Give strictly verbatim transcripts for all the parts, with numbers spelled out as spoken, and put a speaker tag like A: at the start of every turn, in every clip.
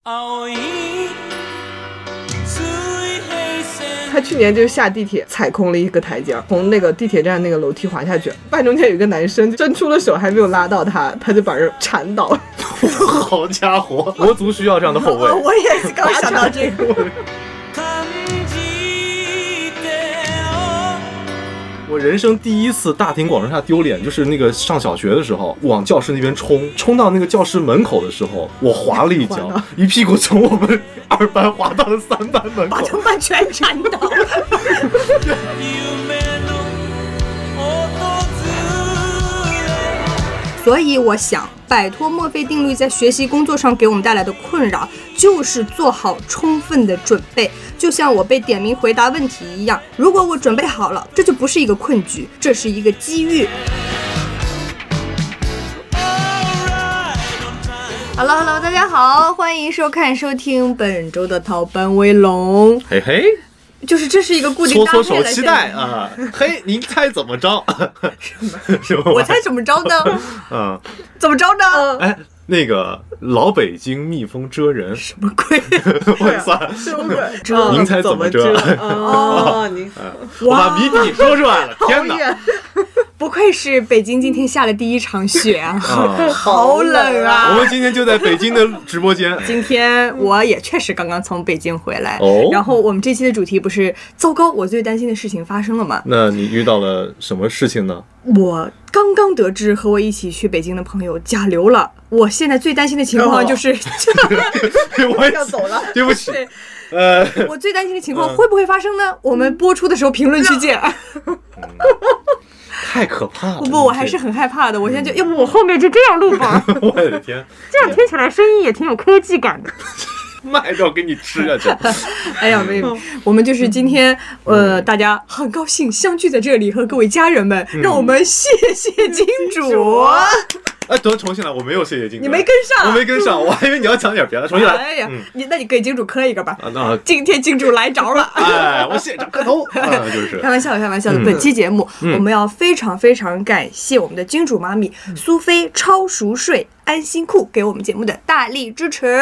A: 他去年就下地铁踩空了一个台阶，从那个地铁站那个楼梯滑下去，半中间有一个男生伸出了手还没有拉到他，他就把人缠倒。
B: 好家伙，国足需要这样的后卫。
C: 我也是刚想到这个。
B: 我人生第一次大庭广众下丢脸，就是那个上小学的时候，往教室那边冲，冲到那个教室门口的时候，我滑了一跤，一屁股从我们二班滑到了三班门口，
C: 把同班全缠倒了。所以我想，摆脱墨菲定律在学习工作上给我们带来的困扰，就是做好充分的准备。就像我被点名回答问题一样，如果我准备好了，这就不是一个困局，这是一个机遇。Hello Hello， 大家好，欢迎收看收听本周的逃班威龙。
B: 嘿嘿。
C: 就是这是一个固定搭配了，
B: 搓搓手期待啊！嘿，您猜怎么着？
C: 什么？我猜怎么着呢？
B: 嗯，
C: 怎么着呢？
B: 哎，那个老北京蜜蜂蛰人，
C: 什么鬼？
B: 我算
A: 什么鬼？
B: 您猜怎么蛰？
A: 哦，您，
B: 我把谜底说出来了，天哪！
C: 不愧是北京今天下了第一场雪啊，好冷啊！
B: 我们今天就在北京的直播间。
C: 今天我也确实刚刚从北京回来，
B: 哦，
C: 然后我们这期的主题不是糟糕，我最担心的事情发生了吗？
B: 那你遇到了什么事情呢？
C: 我刚刚得知和我一起去北京的朋友甲流了，我现在最担心的情况就是，
B: 我
A: 要走了，
B: 对不起。呃，
C: 我最担心的情况会不会发生呢？我们播出的时候评论区见。
B: 太可怕了！
C: 不不，我还是很害怕的。我现在就，要不我后面就这样录吧。
B: 我的天，
C: 这样听起来声音也挺有科技感的。
B: 麦都要给你吃下去。
C: 哎呀，没有，我们就是今天，呃，大家很高兴相聚在这里，和各位家人们，让我们谢谢金主。
B: 哎，等重新来，我没有谢谢金主，
C: 你没跟上，
B: 我没跟上，我还以为你要讲点别的，重新来。
C: 哎呀，你那你给金主磕一个吧。
B: 啊，那
C: 今天金主来着了。
B: 哎，我现场磕头。啊，就是
C: 开玩笑，开玩笑的。本期节目我们要非常非常感谢我们的金主妈咪苏菲超熟睡安心裤给我们节目的大力支持。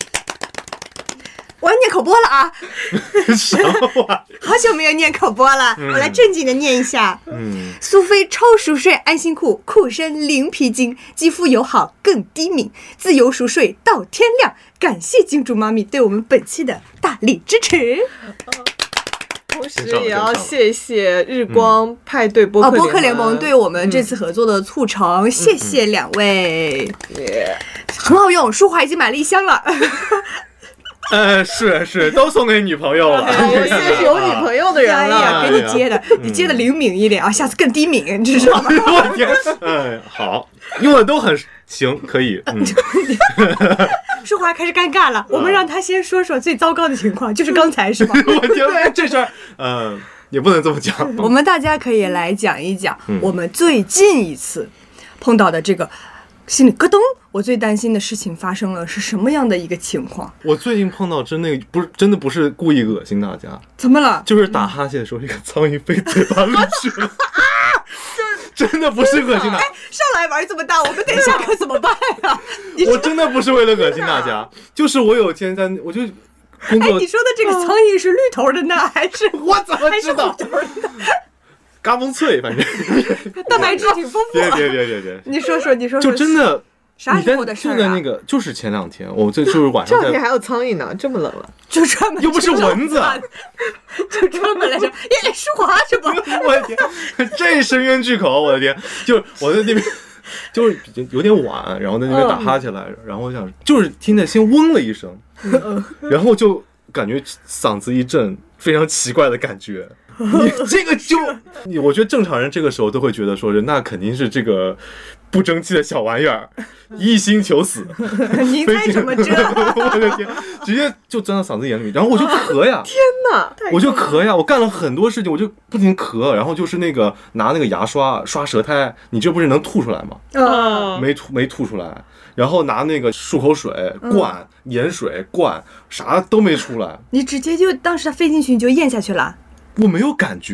C: 我要念口播了啊！
B: 什么玩意？
C: 好久没有念口播了，嗯、我来正经的念一下。嗯，苏菲超熟睡安心裤，裤身零皮筋，肌肤友好更低敏，自由熟睡到天亮。感谢金主妈咪对我们本期的大力支持。
A: 同时也要谢谢日光派对播客
C: 播客联盟对我们这次合作的促成，嗯、谢谢两位，嗯嗯、很好用，舒华已经买了一箱了。
B: 呃，是是，都送给女朋友了。
A: 有些是有女朋友的人了，
C: 哎呀，给你接的，你接的灵敏一点啊，下次更低敏，你知道吗？
B: 我天，哎，好，用的都很行，可以。嗯、
C: 舒华开始尴尬了，我们让他先说说最糟糕的情况，就是刚才是吧？
B: 我天，这事儿，嗯、呃，也不能这么讲。
C: 我们大家可以来讲一讲，嗯、我们最近一次碰到的这个。心里咯噔，我最担心的事情发生了，是什么样的一个情况？
B: 我最近碰到真的不是真的不是故意恶心大家，
C: 怎么了？
B: 就是打哈欠的时候，一个苍蝇飞嘴巴里去了，真的不是恶心的。
C: 哎，上来玩这么大，我们等一下可怎么办呀？
B: 我真的不是为了恶心大家，就是我有天在，我就工作。
C: 哎，你说的这个苍蝇是绿头的呢，还是
B: 我怎么知道？嘎嘣脆，反正
C: 蛋白质挺丰富。
B: 别别别别别，
C: 你说说，你说说，
B: 就真的
C: 啥时候的事儿啊？
B: 就在那个，就是前两天，我这就是晚上。
A: 这两天还有苍蝇呢，这么冷了，
C: 就专门
B: 又不是蚊子，
C: 就专门来说，耶，舒华是吧？
B: 我的天，这深渊巨口，我的天，就是我在那边。就是有点晚，然后在那边打哈欠来着，然后我想就是听见先嗡了一声，然后就感觉嗓子一震，非常奇怪的感觉。你这个就，我觉得正常人这个时候都会觉得说，那肯定是这个不争气的小玩意儿，一心求死。
C: 你猜怎么着？
B: 我的天，直接就钻到嗓子眼里，然后我就咳呀！
A: 天哪，
B: 我就咳呀！我干了很多事情，我就不停咳，然后就是那个拿那个牙刷刷舌苔，你这不是能吐出来吗？
A: 啊，
B: 没吐没吐出来。然后拿那个漱口水灌、嗯、盐水灌，啥都没出来。
C: 你直接就当时它飞进去你就咽下去了？
B: 我没有感觉，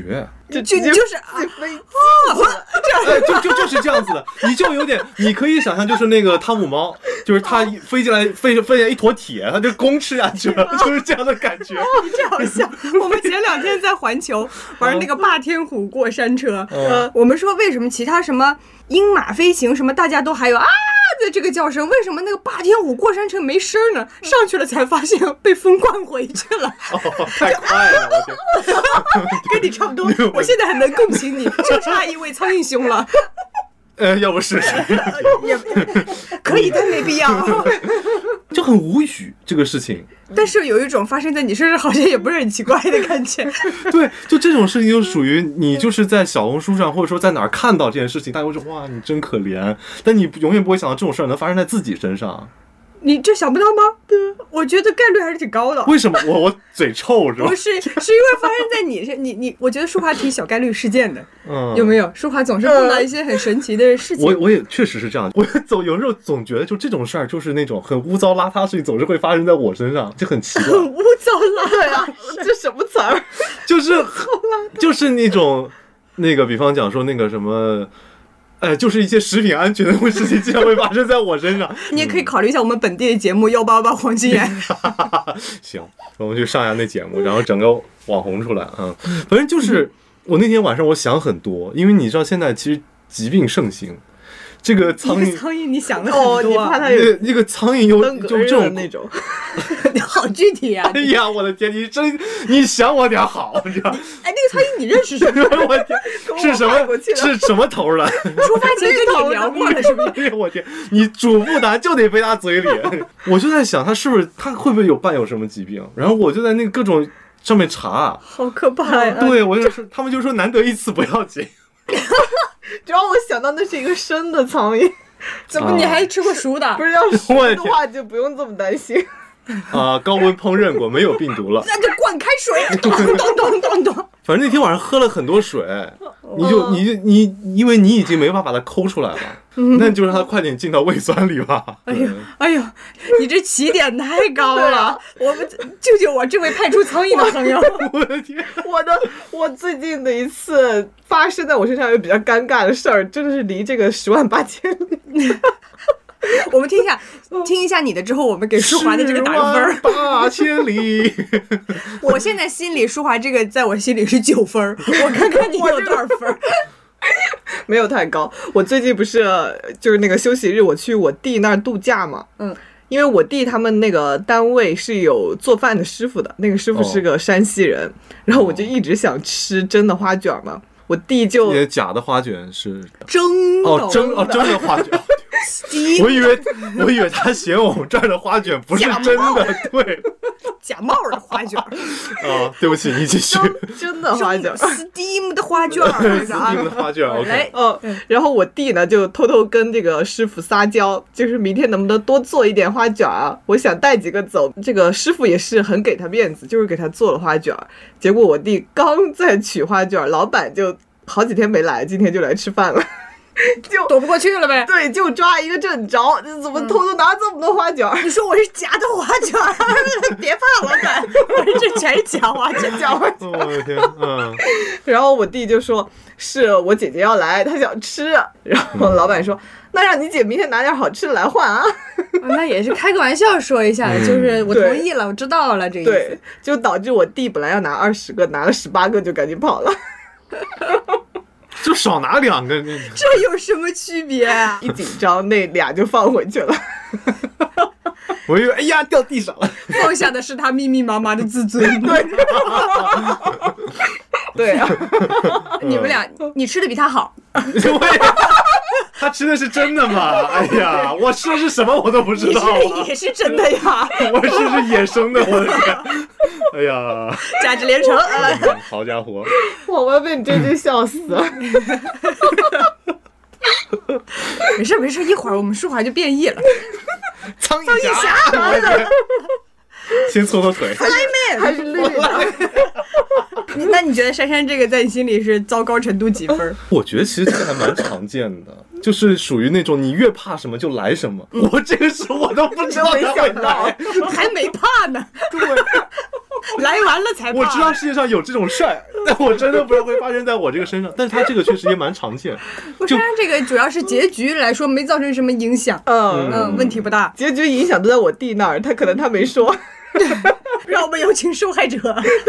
A: 就
C: 就
A: 直接
C: 就是
A: 自飞机
B: 哎，就就就是这样子的，你就有点，你可以想象，就是那个汤姆猫，就是它飞进来飞飞进来一坨铁，它就公吃下去了，就是这样的感觉。
C: 你这好像我们前两天在环球玩那个霸天虎过山车，
B: 嗯
C: 我们说为什么其他什么鹰马飞行什么大家都还有啊的这个叫声，为什么那个霸天虎过山车没声呢？上去了才发现被风灌回去了。
B: 哦，太快了，我天！
C: 跟你差不多，我现在很能共情你，就差一位苍蝇兄了。
B: 呃，要不试试，
C: 也可以，但没必要。
B: 就很无语这个事情。
C: 但是有一种发生在你身上好像也不是很奇怪的感觉。
B: 对，就这种事情就属于你就是在小红书上或者说在哪儿看到这件事情，大家会说哇你真可怜，但你永远不会想到这种事儿能发生在自己身上。
C: 你这想不到吗？对，我觉得概率还是挺高的。
B: 为什么我我嘴臭是吧？
C: 不是，是因为发生在你身，你你，我觉得舒华挺小概率事件的，
B: 嗯，
C: 有没有？舒华总是碰到一些很神奇的事情。
B: 我我也确实是这样，我总有时候总觉得就这种事儿就是那种很污糟邋遢的事情，总是会发生在我身上，就很奇怪。
C: 很污糟
A: 对啊，这什么词儿？
B: 就是就是那种那个，比方讲说那个什么。哎，就是一些食品安全的事情经常会发生在我身上。
C: 你也可以考虑一下我们本地的节目幺八八黄金眼。
B: 行，我们去上一下那节目，然后整个网红出来啊。反正就是我那天晚上我想很多，因为你知道现在其实疾病盛行，这个苍蝇，
C: 苍蝇你想的
A: 哦，
C: 很多、
A: 你怕它
B: 那
A: 有
B: 个那个苍蝇有
A: 登革热
B: 就这种
A: 那种。
C: 好具体啊！
B: 哎呀，我的天，你真你想我点好，你知道？
C: 哎，那个苍蝇你认识是不是？
B: 我天，是什么是什么头了？
C: 出发前跟你聊过了是不是？
B: 哎呀，我天，你主不答就得飞他嘴里。我就在想，他是不是他会不会有伴有什么疾病？然后我就在那个各种上面查，
C: 好可怕呀！
B: 对，我就说他们就说难得一次不要紧。
A: 主要我想到那是一个生的苍蝇，
C: 怎么你还吃过熟的？
A: 不是要熟的话就不用这么担心。
B: 啊、呃，高温烹饪过，没有病毒了，
C: 那就灌开水，咚咚咚咚咚。
B: 反正那天晚上喝了很多水，你就你就你，因为你已经没法把它抠出来了，那你就让它快点进到胃酸里吧。
C: 哎呦哎呦，你这起点太高了！我们救救我这位派出苍蝇的朋友！
B: 我的天，
A: 我的我最近的一次发生在我身上有比较尴尬的事儿，真的是离这个十万八千里。
C: 我们听一下，听一下你的之后，我们给舒华的这个打个分儿。
B: 八千里。
C: 我现在心里舒华这个在我心里是九分儿，我看看你有多少分儿。
A: 没有太高。我最近不是就是那个休息日，我去我弟那儿度假嘛。
C: 嗯。
A: 因为我弟他们那个单位是有做饭的师傅的，那个师傅是个山西人，哦、然后我就一直想吃蒸的花卷嘛。我弟就
B: 也假的花卷是
C: 蒸的
B: 哦蒸哦蒸的花卷。我以为我以为他嫌我们这儿的花卷不是真的，对，
C: 假冒的花卷。
B: 啊，对不起，你继续。
A: 真的花卷
C: ，Steam 的花卷
B: ，Steam 的花卷 ，OK。
A: 哦，然后我弟呢就偷偷跟这个师傅撒娇，就是明天能不能多做一点花卷啊？我想带几个走。这个师傅也是很给他面子，就是给他做了花卷。结果我弟刚在取花卷，老板就好几天没来，今天就来吃饭了。就
C: 躲不过去了呗。
A: 对，就抓一个正着，怎么偷偷拿这么多花卷？
C: 嗯、你说我是假的花卷，别怕老板，我这全是假花卷，假花卷。
B: 我的天，嗯。
A: 然后我弟就说：“是我姐姐要来，她想吃。”然后老板说：“嗯、那让你姐明天拿点好吃的来换啊。
C: 啊”那也是开个玩笑说一下，嗯、就是我同意了，我知道了这个意思。
A: 对，就导致我弟本来要拿二十个，拿了十八个就赶紧跑了。
B: 就少拿两个，
C: 这有什么区别啊？
A: 一紧张，那俩就放回去了。
B: 我以为哎呀掉地上了，
C: 放下的是他密密麻麻的自尊。
A: 对，对啊，
C: 你们俩，你吃的比他好。
B: 他吃的是真的吗？哎呀，我吃的是什么我都不知道、啊。
C: 你吃的也是真的呀。
B: 我吃的是野生的，我的天！哎呀，
C: 价值连城。
B: 嗯、好家伙！
A: 我我要被你这句笑死了。
C: 没事没事，一会儿我们舒华就变异了。
B: 苍蝇侠，先搓搓腿。
C: 苍蝇妹
A: 还是绿的。
C: 那你觉得珊珊这个在你心里是糟糕程度几分？
B: 我觉得其实这个还蛮常见的，就是属于那种你越怕什么就来什么。嗯、我这个时候我都不知道他会来，
C: 还没怕呢。
A: 对，
C: 来完完了才怕。
B: 我知道世界上有这种事儿，但我真的不知道会发生在我这个身上。但是他这个确实也蛮常见。
C: 我虽然这个主要是结局来说没造成什么影响，
A: 嗯
C: 嗯，问题不大。
A: 结局影响都在我弟那儿，他可能他没说。
C: 让我们有请受害者。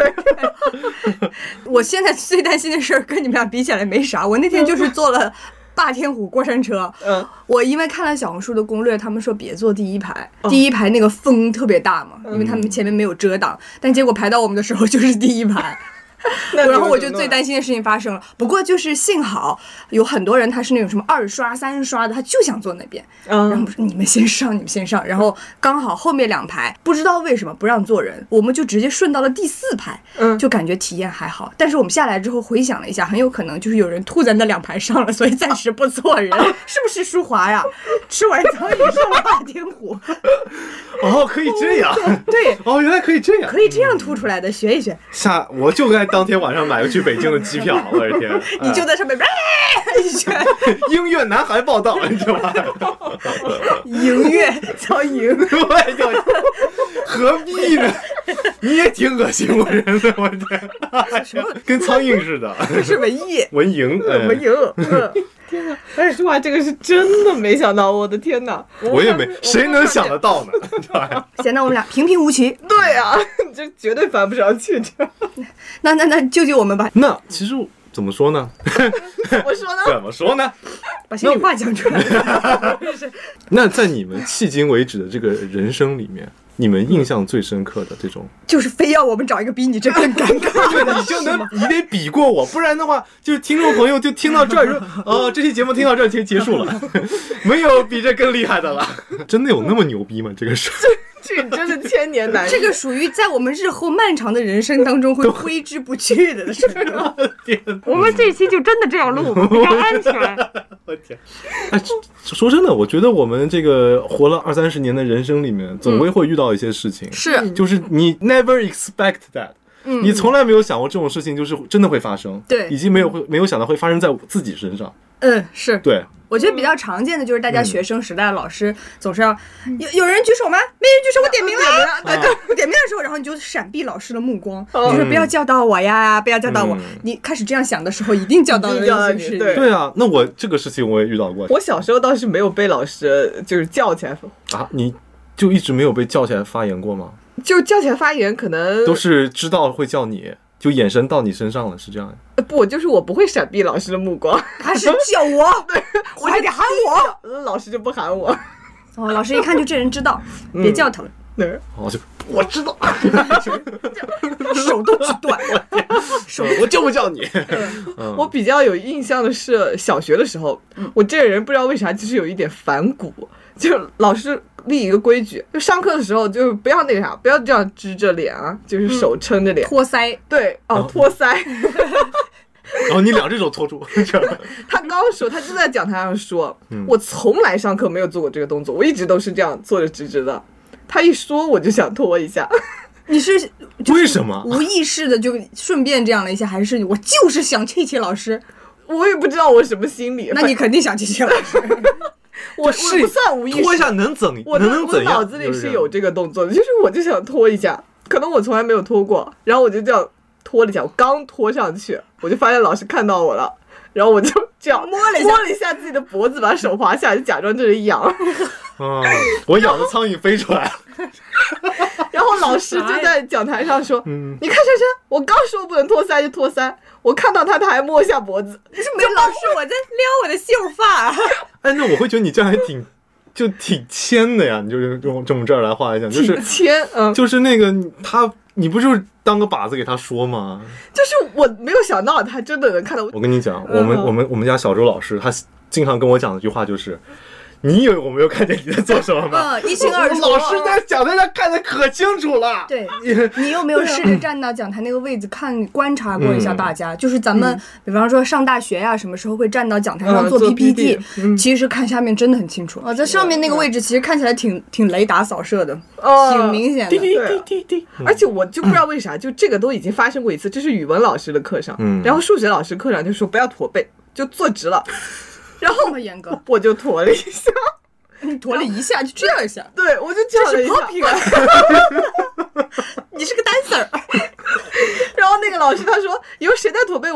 C: 我现在最担心的事儿跟你们俩比起来没啥，我那天就是坐了霸天虎过山车。嗯，我因为看了小红书的攻略，他们说别坐第一排，哦、第一排那个风特别大嘛，因为他们前面没有遮挡，嗯、但结果排到我们的时候就是第一排。然后我就最担心的事情发生了，不过就是幸好有很多人他是那种什么二刷三刷的，他就想坐那边，嗯、然后我说你们先上你们先上，然后刚好后面两排不知道为什么不让坐人，我们就直接顺到了第四排，嗯，就感觉体验还好。但是我们下来之后回想了一下，很有可能就是有人吐在那两排上了，所以暂时不坐人。是不是舒华呀？吃完苍蝇上霸天虎。
B: 哦，可以这样。
C: 对，
B: 哦，原来可以这样，
C: 可以这样吐出来的，学一学。
B: 下我就该当天晚上买个去北京的机票，我的天！
C: 你就在上面，一圈。
B: 音乐男孩报道，你知道吗？
C: 音乐叫音，
B: 我就何必呢？你也挺恶心我人的，我天！什么？跟苍蝇似的。
C: 这是文艺。
B: 文莹，
A: 文莹。天哪！哎，说话这个是真的没想到，我的天哪！
B: 我也没，谁能想得到呢？
C: 现在我们俩平平无奇。
A: 对啊，这绝对翻不上去。
C: 那那那救救我们吧！
B: 那其实怎么说呢？
A: 怎么说呢？
B: 怎么说呢？
C: 把心里话讲出来。
B: 那在你们迄今为止的这个人生里面，你们印象最深刻的这种，
C: 就是非要我们找一个比你这更尴尬
B: 的，你就能你得比过我，不然的话，就是听众朋友就听到这儿说，哦，这期节目听到这儿就结束了，没有比这更厉害的了。真的有那么牛逼吗？这个事？
A: 这个真是千年难题，
C: 这个属于在我们日后漫长的人生当中会挥之不去的程度。我们这期就真的这样录，比较安全。
B: 我天！哎，说真的，我觉得我们这个活了二三十年的人生里面，总归会遇到一些事情，
C: 嗯、是，
B: 就是你 never expect that。嗯、你从来没有想过这种事情就是真的会发生，
C: 对，
B: 以及没有会没有想到会发生在我自己身上。
C: 嗯，是
B: 对。
C: 我觉得比较常见的就是大家学生时代的老师总是要、嗯、有有人举手吗？没人举手，我点名了。对对，我点名的时候，然后你就闪避老师的目光，嗯、就是不要叫到我呀，不要叫到我。嗯、你开始这样想的时候，一定叫到了你。
A: 对
B: 对啊，那我这个事情我也遇到过。
A: 我小时候倒是没有被老师就是叫起来
B: 啊，你就一直没有被叫起来发言过吗？
A: 就叫起来发言，可能
B: 都是知道会叫你。就眼神到你身上了，是这样的。
A: 不，就是我不会闪避老师的目光，
C: 他是叫我，对，我还得喊我，
A: 老师就不喊我。
C: 哦，老师一看就这人知道，嗯、别叫他了。
A: 对，
B: 哦，就我知道，
C: 手都举断，
B: 手我就不叫你。
A: 嗯、我比较有印象的是小学的时候，嗯、我这个人不知道为啥就是有一点反骨，就老师立一个规矩，就上课的时候就不要那个啥，不要这样支着脸啊，就是手撑着脸，
C: 嗯、托腮。
A: 对，哦，托腮。
B: 然后你两只手托住。
A: 他刚说，他就在讲台上说，嗯、我从来上课没有做过这个动作，我一直都是这样坐着直直的。他一说，我就想拖一下。
C: 你是
B: 为什么
C: 无意识的就顺便这样了一下，还是我就是想气气老师？
A: 我也不知道我什么心理。
C: 那你肯定想气气老师。
A: 我是不算无意识，
B: 拖一下能怎
A: 我
B: 能怎样？
A: 我脑子里是有这个动作的，就是我就想拖一下，可能我从来没有拖过，然后我就这样拖了一下，我刚拖上去，我就发现老师看到我了，然后我就这样
C: 摸了一下，
A: 摸了一下自己的脖子，把手滑下，就假装这里痒。
B: 啊！我咬的苍蝇飞出来了。
A: 然后老师就在讲台上说：“嗯、你看珊珊，我刚说不能托腮就托腮，我看到他，他还摸一下脖子。
C: 是没老师，我在撩我的秀发。”
B: 哎，那我会觉得你这样还挺，就挺谦的呀。你就是用这么这儿来话来讲，就是
A: 谦，嗯，
B: 就是那个他，你不就是当个靶子给他说吗？
A: 就是我没有想到他真的能看到我。
B: 我跟你讲，我们、嗯、我们我们家小周老师，他经常跟我讲的一句话就是。你以为我没有看见你在做什么吗？
C: 嗯，一清二楚。
B: 老师在讲台上看得可清楚了。
C: 对，你有没有试着站到讲台那个位置看观察过一下大家？嗯、就是咱们、嗯、比方说上大学呀、啊，什么时候会站到讲台上做 P P T？、嗯、其实看下面真的很清楚。哦，在上面那个位置其实看起来挺挺雷达扫射的，哦、挺明显的。
A: 滴滴滴滴滴。而且我就不知道为啥，就这个都已经发生过一次，这是语文老师的课上，嗯、然后数学老师课上就说不要驼背，就坐直了。然后
C: 这么严格，
A: 我就驼了一下。
C: 你驼了一下，就这样一下。
A: 对，我就这样了一下。
C: 你是个 dancer。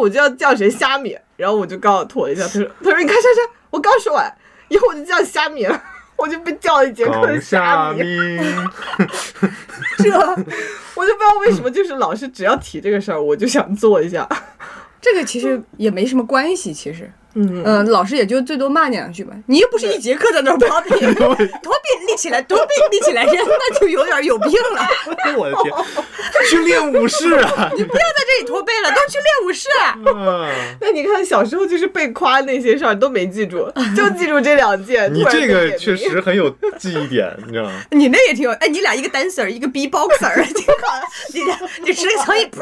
A: 我就要叫谁虾米，然后我就刚好妥了一下，他说他说你看珊珊，我刚说完，以后我就叫虾米了。我就被叫了一节课的虾米，这我就不知道为什么，就是老师只要提这个事儿，我就想做一下。
C: 这个其实也没什么关系，其实。嗯嗯，老师也就最多骂你两句吧。你又不是一节课在那儿跑腿，多背立起来，多背立起来，人那就有点有病了。
B: 我的天，去练武士啊！
C: 你不要在这里驼背了，都去练武士。
B: 嗯，
A: 那你看小时候就是被夸那些事儿都没记住，就记住这两件。
B: 你这个确实很有记忆点，你知道吗？
C: 你那也挺有，哎，你俩一个 dancer， 一个 b-boxer， 挺好的。你你吃个苍蝇，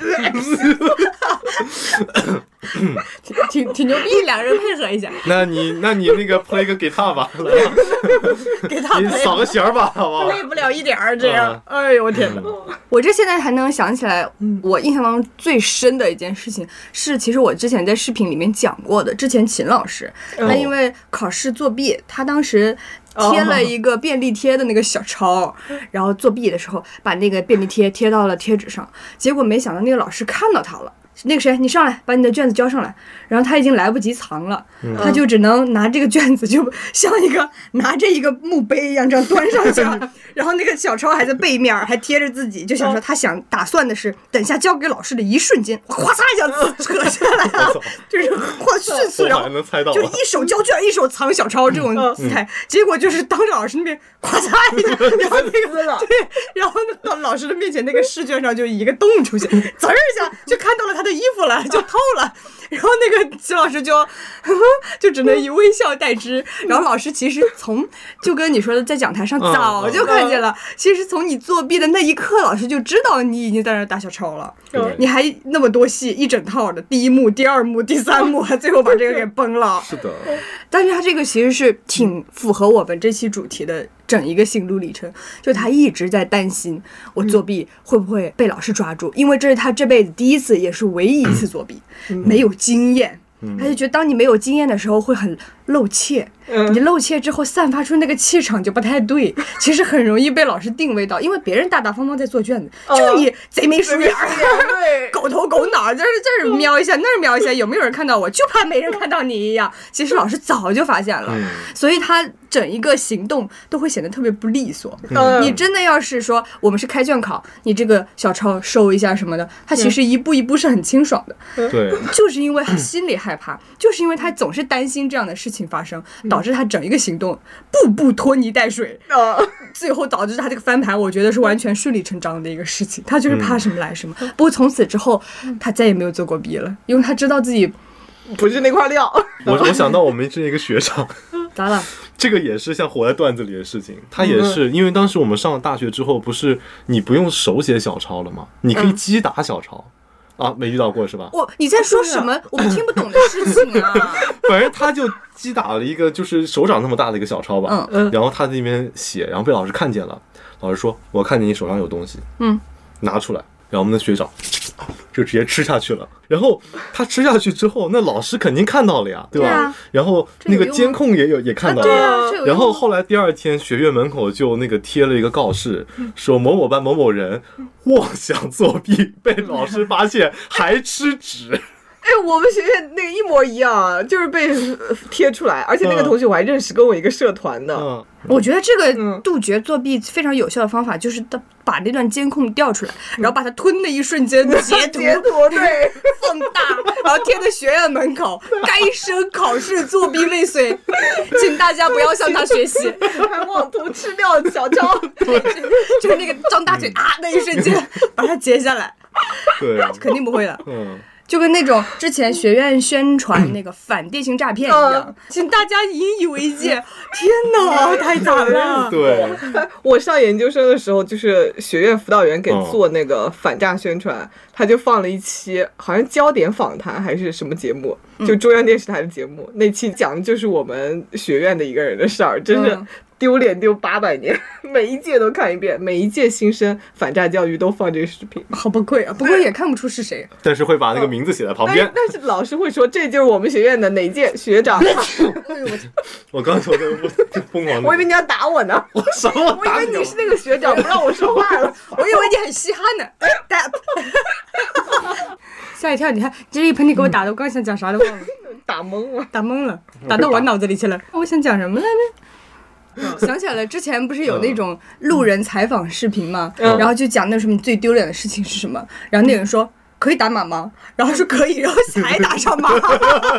C: 挺挺挺牛逼，两个人配合一下。
B: 那你那你那个 play 个 guitar 吧，来吧，
C: 给他
B: 你扫个弦儿吧，好不好？
C: play 不了一点儿这样。哎呦我天哪！我这现在还能想起来，我印象当中最深的一件事情是，其实我之前在视频里面讲过的。之前秦老师他因为考试作弊，他当时贴了一个便利贴的那个小抄，然后作弊的时候把那个便利贴贴到了贴纸上，结果没想到那个老师看到他了。那个谁，你上来把你的卷子交上来。然后他已经来不及藏了，嗯、他就只能拿这个卷子，就像一个拿着一个墓碑一样这样端上去了。然后那个小抄还在背面，还贴着自己，就想说他想打算的是，等下交给老师的一瞬间，哗嚓一下扯下来了，就是或迅速，然后就是一手交卷一手藏小抄这种姿态。嗯、结果就是当着老师那边，咵嚓一下，然后那个对，然后到老师的面前，那个试卷上就一个洞出现，滋儿一下就看到了他的衣服了，就透了。然后那个秦老师就呵呵就只能以微笑待之。然后老师其实从就跟你说的，在讲台上早就看见了，其实从你作弊的那一刻，老师就知道你已经在那打小抄了。你还那么多戏，一整套的，第一幕、第二幕、第三幕，最后把这个给崩了。
B: 是的。
C: 但是他这个其实是挺符合我们这期主题的整一个心路历程，就他一直在担心我作弊会不会被老师抓住，因为这是他这辈子第一次也是唯一一次作弊，没有经验。他就觉得当你没有经验的时候会很露怯，你露怯之后散发出那个气场就不太对，其实很容易被老师定位到，因为别人大大方方在做卷子，就你贼眉鼠眼，狗头狗脑，这儿这儿瞄一下，那儿瞄一下，有没有人看到我，就怕没人看到你一样。其实老师早就发现了，所以他整一个行动都会显得特别不利索。你真的要是说我们是开卷考，你这个小抄收一下什么的，他其实一步一步是很清爽的。
B: 对，
C: 就是因为他心里害怕，就是因为他总是担心这样的事情发生，导致他整一个行动步步拖泥带水，最后导致他这个翻盘，我觉得是完全顺理成章的一个事情。他就是怕什么来什么。不过从此之后，他再也没有做过弊了，因为他知道自己
A: 不是那块料。
B: 我我想到我们这一个学长，
C: 咋了？
B: 这个也是像活在段子里的事情。他也是因为当时我们上了大学之后，不是你不用手写小抄了吗？你可以击打小抄。啊，没遇到过是吧？
C: 我你在说什么？我们听不懂的事情啊！
B: 反正他就击打了一个就是手掌那么大的一个小抄吧，嗯，然后他在那边写，然后被老师看见了，老师说：“我看见你手上有东西，
C: 嗯，
B: 拿出来。”然后我们的学长就直接吃下去了。然后他吃下去之后，那老师肯定看到了呀，对吧？对啊、然后那个监控也有也看到了。
C: 啊啊、
B: 然后后来第二天学院门口就那个贴了一个告示，说某某班某某人妄想作弊，被老师发现还吃纸。
A: 哎，我们学院那个一模一样，就是被贴出来，而且那个同学我还认识，跟我一个社团的。
B: 嗯，
C: 我觉得这个杜绝作弊非常有效的方法，就是把那段监控调出来，然后把它吞的一瞬间截图，
A: 截图对，
C: 放大，然后贴在学院门口，该生考试作弊未遂，请大家不要向他学习，
A: 还妄图吃掉小抄，
C: 就是那个张大嘴啊那一瞬间把它截下来，
B: 对，
C: 肯定不会的，
B: 嗯。
C: 就跟那种之前学院宣传那个反电信诈骗一样，请大家引以为戒。天哪，太惨了！
B: 对，
A: 我上研究生的时候，就是学院辅导员给做那个反诈宣传，他就放了一期，好像焦点访谈还是什么节目，就中央电视台的节目，那期讲的就是我们学院的一个人的事儿，真是。丢脸丢八百年，每一届都看一遍，每一届新生反诈教育都放这个视频，
C: 好崩溃啊！不过也看不出是谁，
B: 但是会把那个名字写在旁边。
A: 但, 但是老师会说这就是我们学院的哪届学长。
B: 我刚说的疯狂的，
A: 我以为你要打我呢。
B: 我什么？
A: 我以为你是那个学长，不让我说话了。
C: 我以为你很稀罕呢。 吓一跳！你看这一喷嚏给我打的，我刚想讲啥都忘了，
A: 打懵了，
C: 打懵了，打到我脑子里去了。我想讲什么来着？想起来了，之前不是有那种路人采访视频吗？
A: 嗯、
C: 然后就讲那什么最丢脸的事情是什么，然后那个人说。可以打码吗？然后说可以，然后才打上码。然后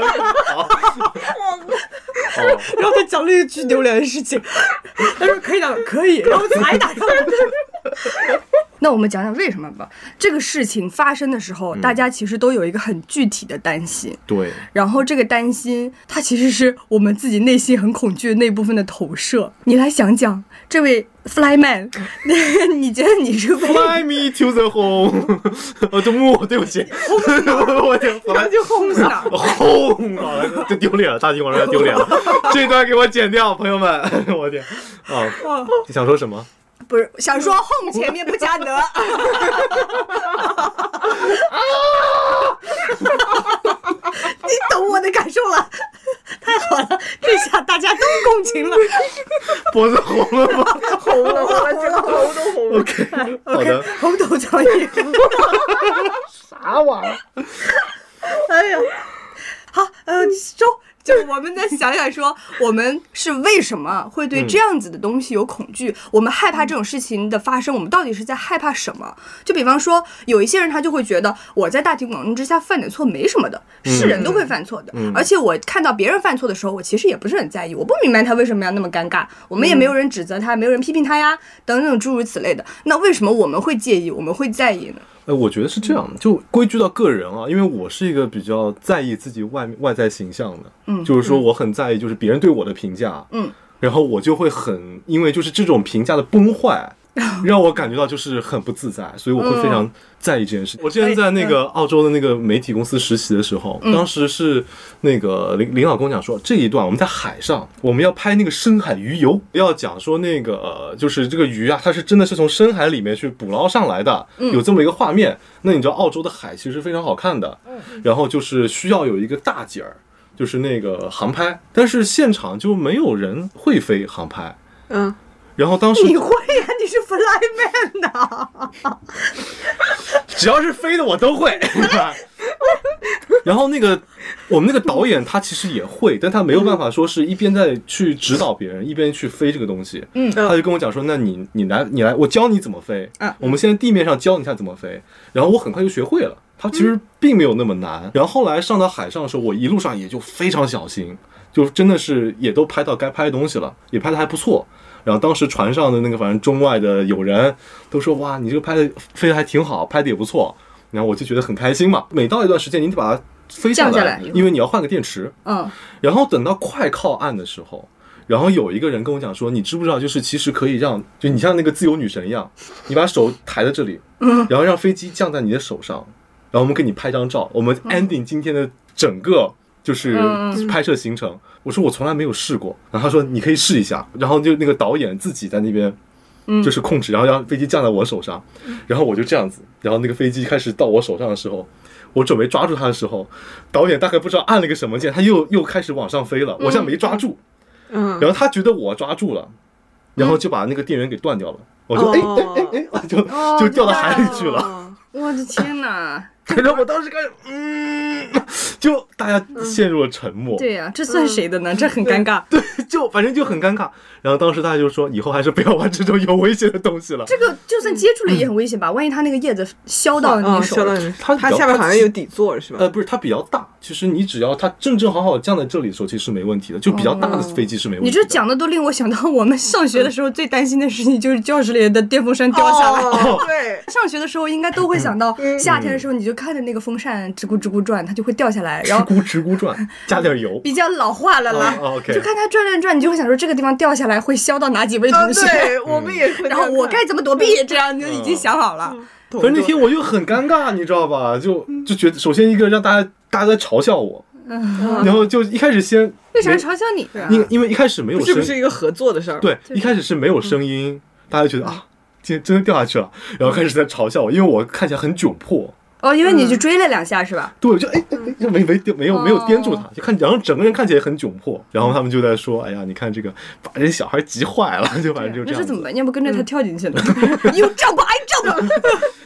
C: 他讲了一个巨丢脸的事情，他说可以打，可以，然后才打上码。那我们讲讲为什么吧。这个事情发生的时候，嗯、大家其实都有一个很具体的担心。
B: 对。
C: 然后这个担心，它其实是我们自己内心很恐惧的那部分的投射。你来想讲，这位 Flyman， 你觉得你是
B: Fly me to the home？ 我就木，对不起，我天，
C: 然后就 home 是哪
B: ？home 好了，就丢脸了，大庭广众丢脸了。这段给我剪掉，朋友们，我天啊！你想说什么？
C: 不是想说 home 前面不加的。你懂我的感受了，太好了，这下大家都共情了。
B: 脖子红了吗？
A: 红了，红了，这个头都红了。
B: OK， 好的，
C: 红头苍蝇。
B: 啥玩意儿？
C: 哎呀，好，呃，收。就我们再想想说，我们是为什么会对这样子的东西有恐惧？嗯、我们害怕这种事情的发生，我们到底是在害怕什么？就比方说，有一些人他就会觉得我在大庭广众之下犯点错没什么的，是人都会犯错的。嗯、而且我看到别人犯错的时候，我其实也不是很在意，我不明白他为什么要那么尴尬，我们也没有人指责他，没有人批评他呀，等等诸如此类的。那为什么我们会介意，我们会在意呢？
B: 哎，我觉得是这样的，就归居到个人啊，因为我是一个比较在意自己外外在形象的，嗯，就是说我很在意就是别人对我的评价，嗯，然后我就会很因为就是这种评价的崩坏，让我感觉到就是很不自在，所以我会非常在意这件事情。我之前在那个澳洲的那个媒体公司实习的时候，当时是那个领领导跟我讲说，这一段我们在海上，我们要拍那个深海鱼游，要讲说那个、呃、就是这个鱼啊，它是真的是从深海里面去捕捞上来的，有这么一个画面。那你知道澳洲的海其实非常好看的，然后就是需要有一个大景儿，就是那个航拍，但是现场就没有人会飞航拍，嗯。然后当时
C: 你会呀、啊，你是 Flyman 的，
B: 只要是飞的我都会。然后那个我们那个导演他其实也会，但他没有办法说是一边在去指导别人，一边去飞这个东西。嗯，他就跟我讲说，那你你来你来，我教你怎么飞。嗯，我们现在地面上教你看怎么飞，然后我很快就学会了。他其实并没有那么难。然后后来上到海上的时候，我一路上也就非常小心，就真的是也都拍到该拍的东西了，也拍得还不错。然后当时船上的那个反正中外的友人都说，哇，你这个拍的飞得还挺好，拍的也不错。然后我就觉得很开心嘛。每到一段时间，你得把它飞下来，
C: 下来
B: 因为你要换个电池。嗯。然后等到快靠岸的时候，然后有一个人跟我讲说，你知不知道，就是其实可以让，就你像那个自由女神一样，你把手抬在这里，嗯，然后让飞机降在你的手上，然后我们给你拍张照，我们 ending 今天的整个就是拍摄行程。嗯，我说我从来没有试过，然后他说你可以试一下，然后就那个导演自己在那边就是控制，然后让飞机降在我手上，然后我就这样子，然后那个飞机开始到我手上的时候，我准备抓住它的时候，导演大概不知道按了个什么键，他又又开始往上飞了，我现在没抓住，嗯，然后他觉得我抓住了，然后就把那个电源给断掉了，我就哎哎哎哎，就就掉到海里去了，
C: 我的天哪！
B: 然后我当时开始，嗯，就大家陷入了沉默。
C: 嗯、对呀、啊，这算谁的呢？嗯、这很尴尬。
B: 对，就反正就很尴尬。然后当时大家就说，以后还是不要玩这种有危险的东西了。
C: 这个就算接触了也很危险吧？嗯、万一它那个叶子削到你手了，
A: 嗯、它它下面好像有底座是吧？
B: 呃，不是，它比较大。其实你只要它正正好好降在这里的时候，其实是没问题的。就比较大的飞机是没问题的。
C: 你这讲的都令我想到我们上学的时候最担心的事情，就是教室里的电风扇掉下来。
A: 哦、对，
C: 上学的时候应该都会想到，夏天的时候你就看着那个风扇吱咕吱咕转，它就会掉下来，然后
B: 吱咕吱咕转，加点油，
C: 比较老化了啦。
B: 哦 okay、
C: 就看它转转转，你就会想说这个地方掉下来会削到哪几位同学？
A: 哦、对，我们也会。
C: 然后我该怎么躲避？这样就已经想好了。
B: 嗯反正那天我就很尴尬，你知道吧？就就觉得，首先一个让大家大家在嘲笑我，嗯、然后就一开始先
C: 为啥嘲笑你？
B: 因因为一开始没有声音，
A: 是不是一个合作的事儿？
B: 对，一开始是没有声音，嗯、大家觉得啊，今天真的掉下去了，然后开始在嘲笑我，因为我看起来很窘迫。
C: 哦，因为你去追了两下是吧？
B: 对，就哎哎哎，就没没没有没有颠住他，就看，然后整个人看起来很窘迫。然后他们就在说：“哎呀，你看这个，把这小孩急坏了。”就反正就这样。
C: 那这怎么办？要不跟着他跳进去呢？You jump, I jump。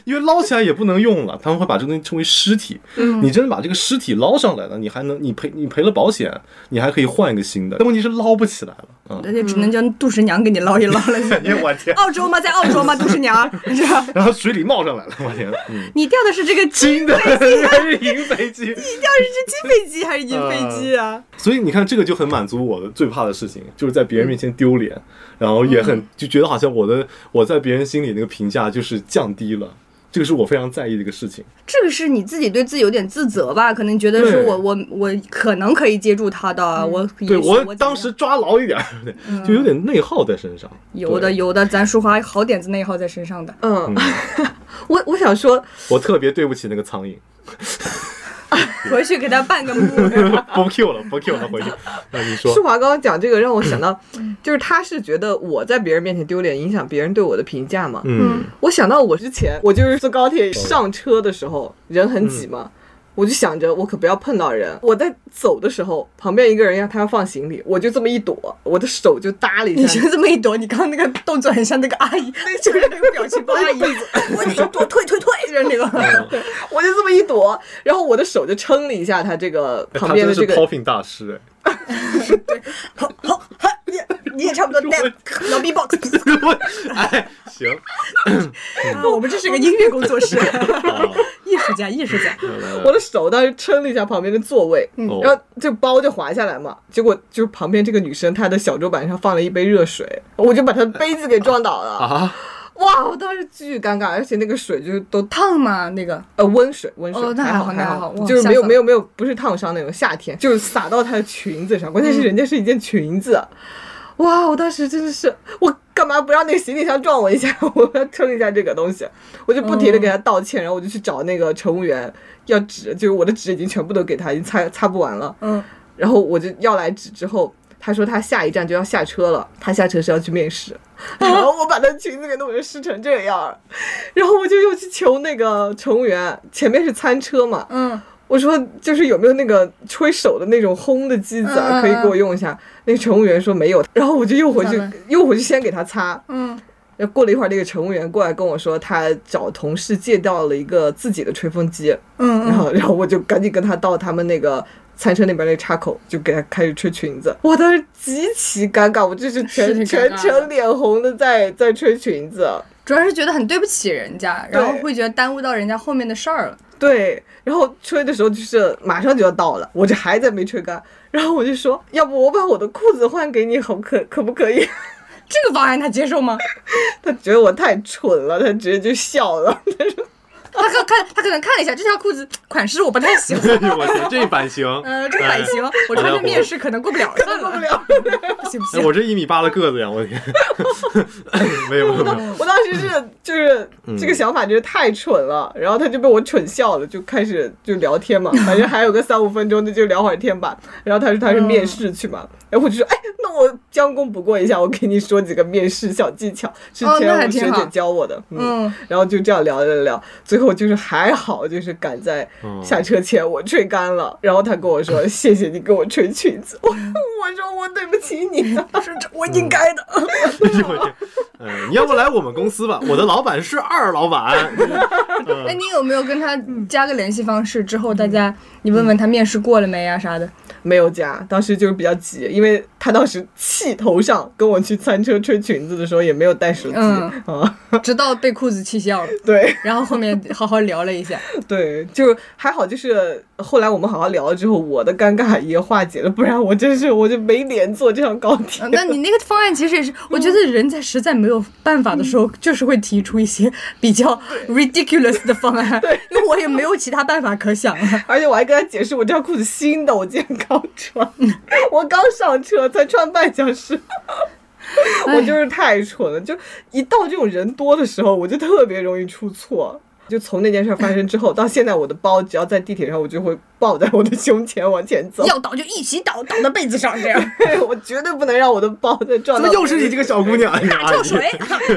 B: 因为捞起来也不能用了，他们会把这个东西称为尸体。嗯，你真的把这个尸体捞上来了，你还能你赔你赔了保险，你还可以换一个新的。但问题是捞不起来了，嗯，
C: 那就只能叫杜十娘给你捞一捞了。
B: 哎呀，我天！
C: 澳洲吗？在澳洲吗？杜十娘是吧？
B: 然后水里冒上来了，我天！嗯，
C: 你钓的是这个
B: 金的还是银飞机？
C: 你钓的是金飞机还是银飞机啊？
B: 所以你看，这个就很满足我的最怕的事情，就是在别人面前丢脸，然后也很就觉得好像我的我在别人心里那个评价就是降低了，这个是我非常在意的一个事情。
C: 这个是你自己对自己有点自责吧？可能觉得是我我我可能可以接住他的，嗯、我
B: 对我当时抓牢一点，就有点内耗在身上。
C: 嗯、有的有的，咱淑华好点子内耗在身上的。
A: 嗯，嗯我我想说，
B: 我特别对不起那个苍蝇。
C: 回去给他办个墓，
B: 不 Q 了，不 Q 了，回去。那你说，
A: 淑华刚刚讲这个让我想到，就是他是觉得我在别人面前丢脸，影响别人对我的评价嘛。
B: 嗯，
A: 我想到我之前，我就是坐高铁上车的时候，人很挤嘛。嗯，我就想着我可不要碰到人，我在走的时候旁边一个人要他要放行李，我就这么一躲，我的手就搭了一下。
C: 你就这么一躲，你刚刚那个动作很像那个阿姨，就是那个表情包阿姨，我你躲退退退就是那个，
A: 我就这么一躲，然后我的手就撑了一下他这个旁边的这个。
B: 他真是 popping 大师哎。
C: 对，好好好，你你也差不多带老 B-box。
B: 哎，行。
C: 啊，我们这是个音乐工作室，艺术家，艺术家。
A: 我的手当时撑了一下旁边的座位，嗯、然后这包就滑下来嘛。结果就是旁边这个女生，她的小桌板上放了一杯热水，我就把她的杯子给撞倒了。啊！哇！我当时巨尴尬，而且那个水就都
C: 烫嘛，那个
A: 呃温水，温水，
C: 哦，那
A: 还好
C: 还好，
A: 就是没有没有没有，不是烫伤那种，夏天就是洒到她的裙子上，关键是人家是一件裙子。嗯、哇！我当时真的是，我干嘛不让那个行李箱撞我一下？我要撑一下这个东西，我就不停的给他道歉，然后我就去找那个乘务员要纸，就是我的纸已经全部都给他，已经擦擦不完了。嗯，然后我就要来纸之后。他说他下一站就要下车了，他下车是要去面试，然后我把他裙子给弄成湿成这样，然后我就又去求那个乘务员，前面是餐车嘛，嗯，我说就是有没有那个吹手的那种烘的机子啊，可以给我用一下，那个乘务员说没有，然后我就又回去又回去先给他擦，嗯。然后过了一会儿，那个乘务员过来跟我说，他找同事借到了一个自己的吹风机，嗯，然后然后我就赶紧跟他到他们那个餐车那边那个插口，就给他开始吹裙子。我当时极其尴尬，我就是全全程脸红的在在吹裙子，
C: 主要是觉得很对不起人家，然后会觉得耽误到人家后面的事儿了。
A: 对，然后吹的时候就是马上就要到了，我这还在没吹干，然后我就说，要不我把我的裤子换给你，可可可不可以？
C: 这个方案他接受吗？
A: 他觉得我太蠢了，他直接就笑了。他说。
C: 他看他可能看了一下这条裤子款式我不太喜欢，
B: 我天，这版型，
C: 呃，这版型，我穿着面试可能过不了，
A: 可能过不了，
C: 行不行？
B: 我这一米八的个子呀，我天，没有没有没有，
A: 我当时是就是这个想法就是太蠢了，然后他就被我蠢笑了，就开始就聊天嘛，反正还有个三五分钟的就聊会儿天吧。然后他说他是面试去嘛，然后我就说，哎，那我将功补过一下，我给你说几个面试小技巧，是前我学姐教我的，嗯，然后就这样聊聊聊，最后。就是还好，就是赶在下车前我吹干了，嗯、然后他跟我说：“谢谢你给我吹裙子。我”我说我对不起你，是我应该的。
B: 嗯嗯、你要不来我们公司吧？我的老板是二老板。
C: 嗯、哎，你有没有跟他加个联系方式？之后大家你问问他面试过了没啊啥的？
A: 没有加，当时就是比较急，因为他当时气头上，跟我去餐车吹裙子的时候也没有带手机，嗯
C: 啊，直到被裤子气笑了。
A: 对，
C: 然后后面好好聊了一下。
A: 对，就还好，就是后来我们好好聊了之后，我的尴尬也化解了，不然我真是我就没脸坐这趟高铁。
C: 嗯、那你那个方案其实也是，我觉得人在实在没有办法的时候，嗯、就是会提出一些比较 ridiculous 的方案。对，因为我也没有其他办法可想了。
A: 而且我还跟他解释，我这条裤子新的，我今天刚穿，我刚上车才穿半小时。我就是太蠢了，就一到这种人多的时候，我就特别容易出错。就从那件事发生之后到现在，我的包只要在地铁上，我就会抱在我的胸前往前走，
C: 要倒就一起倒，倒到被子上这样。
A: 我绝对不能让我的包再撞到。
B: 怎么又是你这个小姑娘？
C: 大臭水。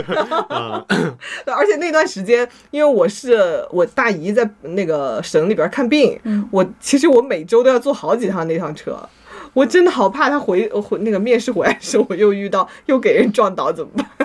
A: 而且那段时间，因为我是我大姨在那个省里边看病，嗯、我其实我每周都要坐好几趟那趟车。我真的好怕他回回那个面试回来的时候，我又遇到又给人撞倒怎么办？
C: 那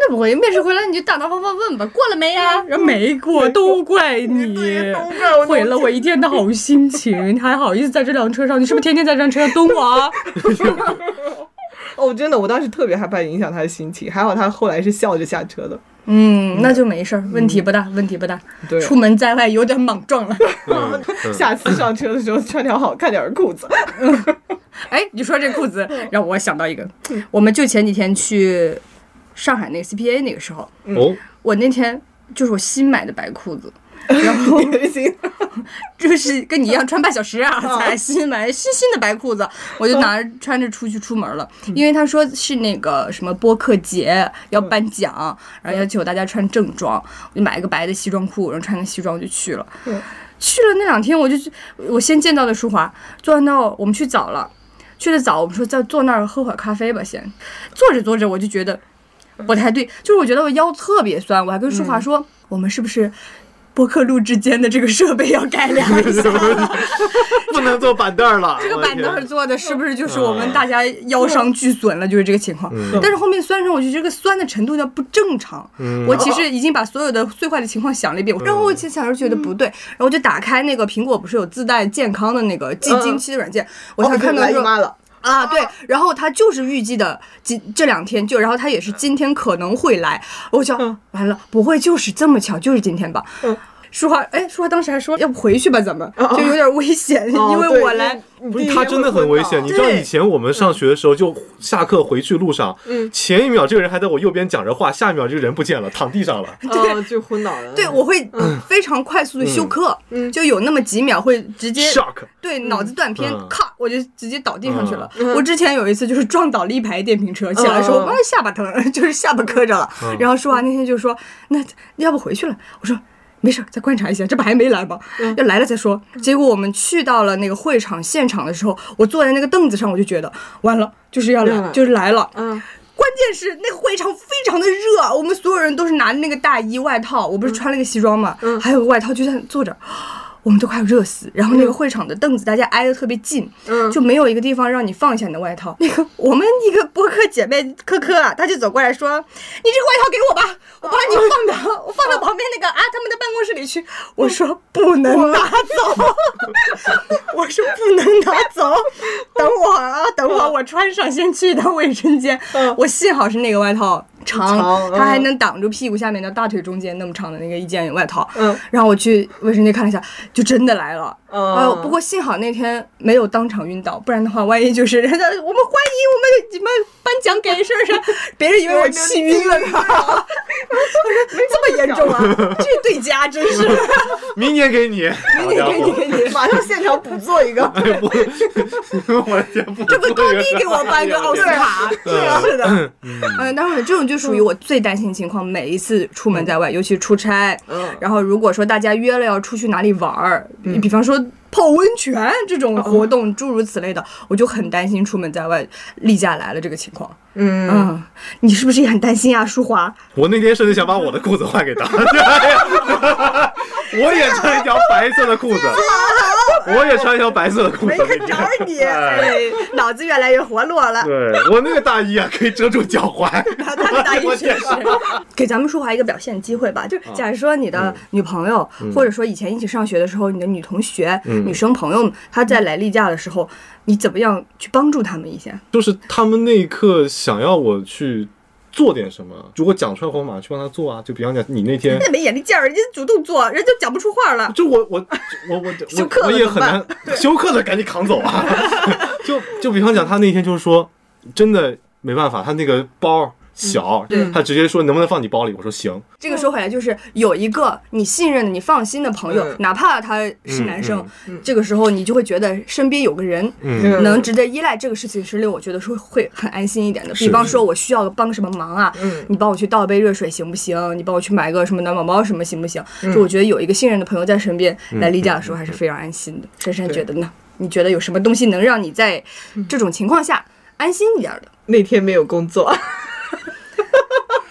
C: 不会，面试回来你就大大方方问吧，过了没呀？然后没过，都怪你，毁了我一天的好心情。你还好意思在这辆车上？你是不是天天在这辆车上蹲我啊？
A: 哦，真的，我当时特别害怕影响他的心情，还好他后来是笑着下车的。
C: 嗯，那就没事儿，问题不大，问题不大。
A: 对，
C: 出门在外有点莽撞了。
B: 嗯嗯、
A: 下次上车的时候穿条好看点的裤子。
C: 哎，你说这裤子让我想到一个，我们就前几天去上海那个 C P A 那个时候，
B: 哦，
C: 我那天就是我新买的白裤子。然后就是跟你一样穿半小时啊，才新买新新的白裤子，我就拿着穿着出去出门了。因为他说是那个什么播客节要颁奖，然后要求大家穿正装，我就买一个白的西装裤，然后穿个西装就去了。去了那两天，我就我先见到的舒华，坐在那儿我们去早了，去的早，我们说在坐那儿喝会儿咖啡吧，先坐着坐着我就觉得不太对，就是我觉得我腰特别酸，我还跟舒华说，我们是不是播客录制间的这个设备要改良一下，
B: 不能坐板凳了。
C: 这个板凳坐的是不是就是我们大家腰伤俱损了？就是这个情况。
B: 嗯、
C: 但是后面酸上，我觉得这个酸的程度要不正常。嗯、我其实已经把所有的最坏的情况想了一遍，嗯、然后我其实想着觉得不对，然后我就打开那个苹果不是有自带健康的那个记经期的软件，嗯、我才看到说。
A: 哦
C: 啊，对，然后他就是预计的今这两天就，然后他也是今天可能会来，我想、嗯、完了，不会就是这么巧，就是今天吧？嗯，舒华，哎，舒华当时还说要不回去吧，咱们、哦、就有点危险，
A: 哦、
C: 因为我来。
B: 不是他真的很危险，你知道以前我们上学的时候，就下课回去路上，嗯，前一秒这个人还在我右边讲着话，下一秒这个人不见了，躺地上了，
A: 对，就昏倒了。
C: 对，我会非常快速的休克，嗯，就有那么几秒会直接
B: shock，
C: 对，脑子断片，咔，我就直接倒地上去了。我之前有一次就是撞倒了一排电瓶车，起来说，哇，下巴疼，就是下巴磕着了。然后舒华那天就说，那要不回去了？我说。没事，再观察一下，这不还没来吗？嗯、要来了再说。结果我们去到了那个会场现场的时候，我坐在那个凳子上，我就觉得完了，就是要来，嗯、就是来了。嗯，关键是那个会场非常的热，我们所有人都是拿着那个大衣外套，我不是穿了个西装嘛，嗯、还有个外套就在坐着。我们都快要热死，然后那个会场的凳子大家挨得特别近，嗯，就没有一个地方让你放下你的外套。那个我们一个播客姐妹科科啊，她就走过来说：“你这个外套给我吧，我把你放到、哦、我放到旁边那个啊他们的办公室里去。”我说不能拿走，我说不能拿走，等会儿啊，等会儿我穿上先去一趟卫生间。嗯、我幸好是那个外套。长，
A: 长
C: 它还能挡住屁股下面的大腿中间那么长的那个一件外套。嗯，然后我去卫生间看了一下，就真的来了。嗯、呃，不过幸好那天没有当场晕倒，不然的话，万一就是人家我们欢迎我们什么颁奖给是不是？别人以为我气晕了呢。我说这么严重啊？这对家真是。
B: 明年给你，
C: 明年给你，给你，
A: 马上现场补做一个。
B: 哎、我的天，
C: 这不高低给我颁个奥斯卡？是的。嗯，但是这种就属于我最担心的情况。每一次出门在外，尤其出差，然后如果说大家约了要出去哪里玩儿，比方说泡温泉这种活动，诸如此类的，我就很担心出门在外例假来了这个情况。嗯嗯，你是不是也很担心啊，舒华？
B: 我那天甚至想把我的裤子换给他，我也穿一条白色的裤子，我也穿一条白色的裤子，
C: 没看着你，哎，脑子越来越活络了。
B: 对，我那个大衣啊，可以遮住脚踝，
C: 然后他的大衣确实给咱们舒华一个表现机会吧。就假如说你的女朋友，嗯、或者说以前一起上学的时候，你的女同学、嗯、女生朋友，她在来例假的时候，你怎么样去帮助他们一下？
B: 就是他们那一刻想要我去做点什么，如果讲出来，我马上去帮他做啊。就比方讲，你那天
C: 那没眼力劲儿，人家主动做，人家讲不出话了。
B: 就我我我我
C: 休克了，
B: 我也很难休克了，赶紧扛走啊！就就比方讲，他那天就是说，真的没办法，他那个包小，嗯、他直接说能不能放你包里？我说行。
C: 这个说回来就是有一个你信任的、你放心的朋友，嗯、哪怕他是男生，嗯嗯、这个时候你就会觉得身边有个人、嗯、能值得依赖。这个事情是令我觉得说会很安心一点的。比方说我需要帮什么忙啊，你帮我去倒杯热水行不行？你帮我去买个什么暖宝宝什么行不行？嗯、就我觉得有一个信任的朋友在身边，来例假的时候还是非常安心的。珊珊觉得呢？你觉得有什么东西能让你在这种情况下安心一点的？
A: 那天没有工作。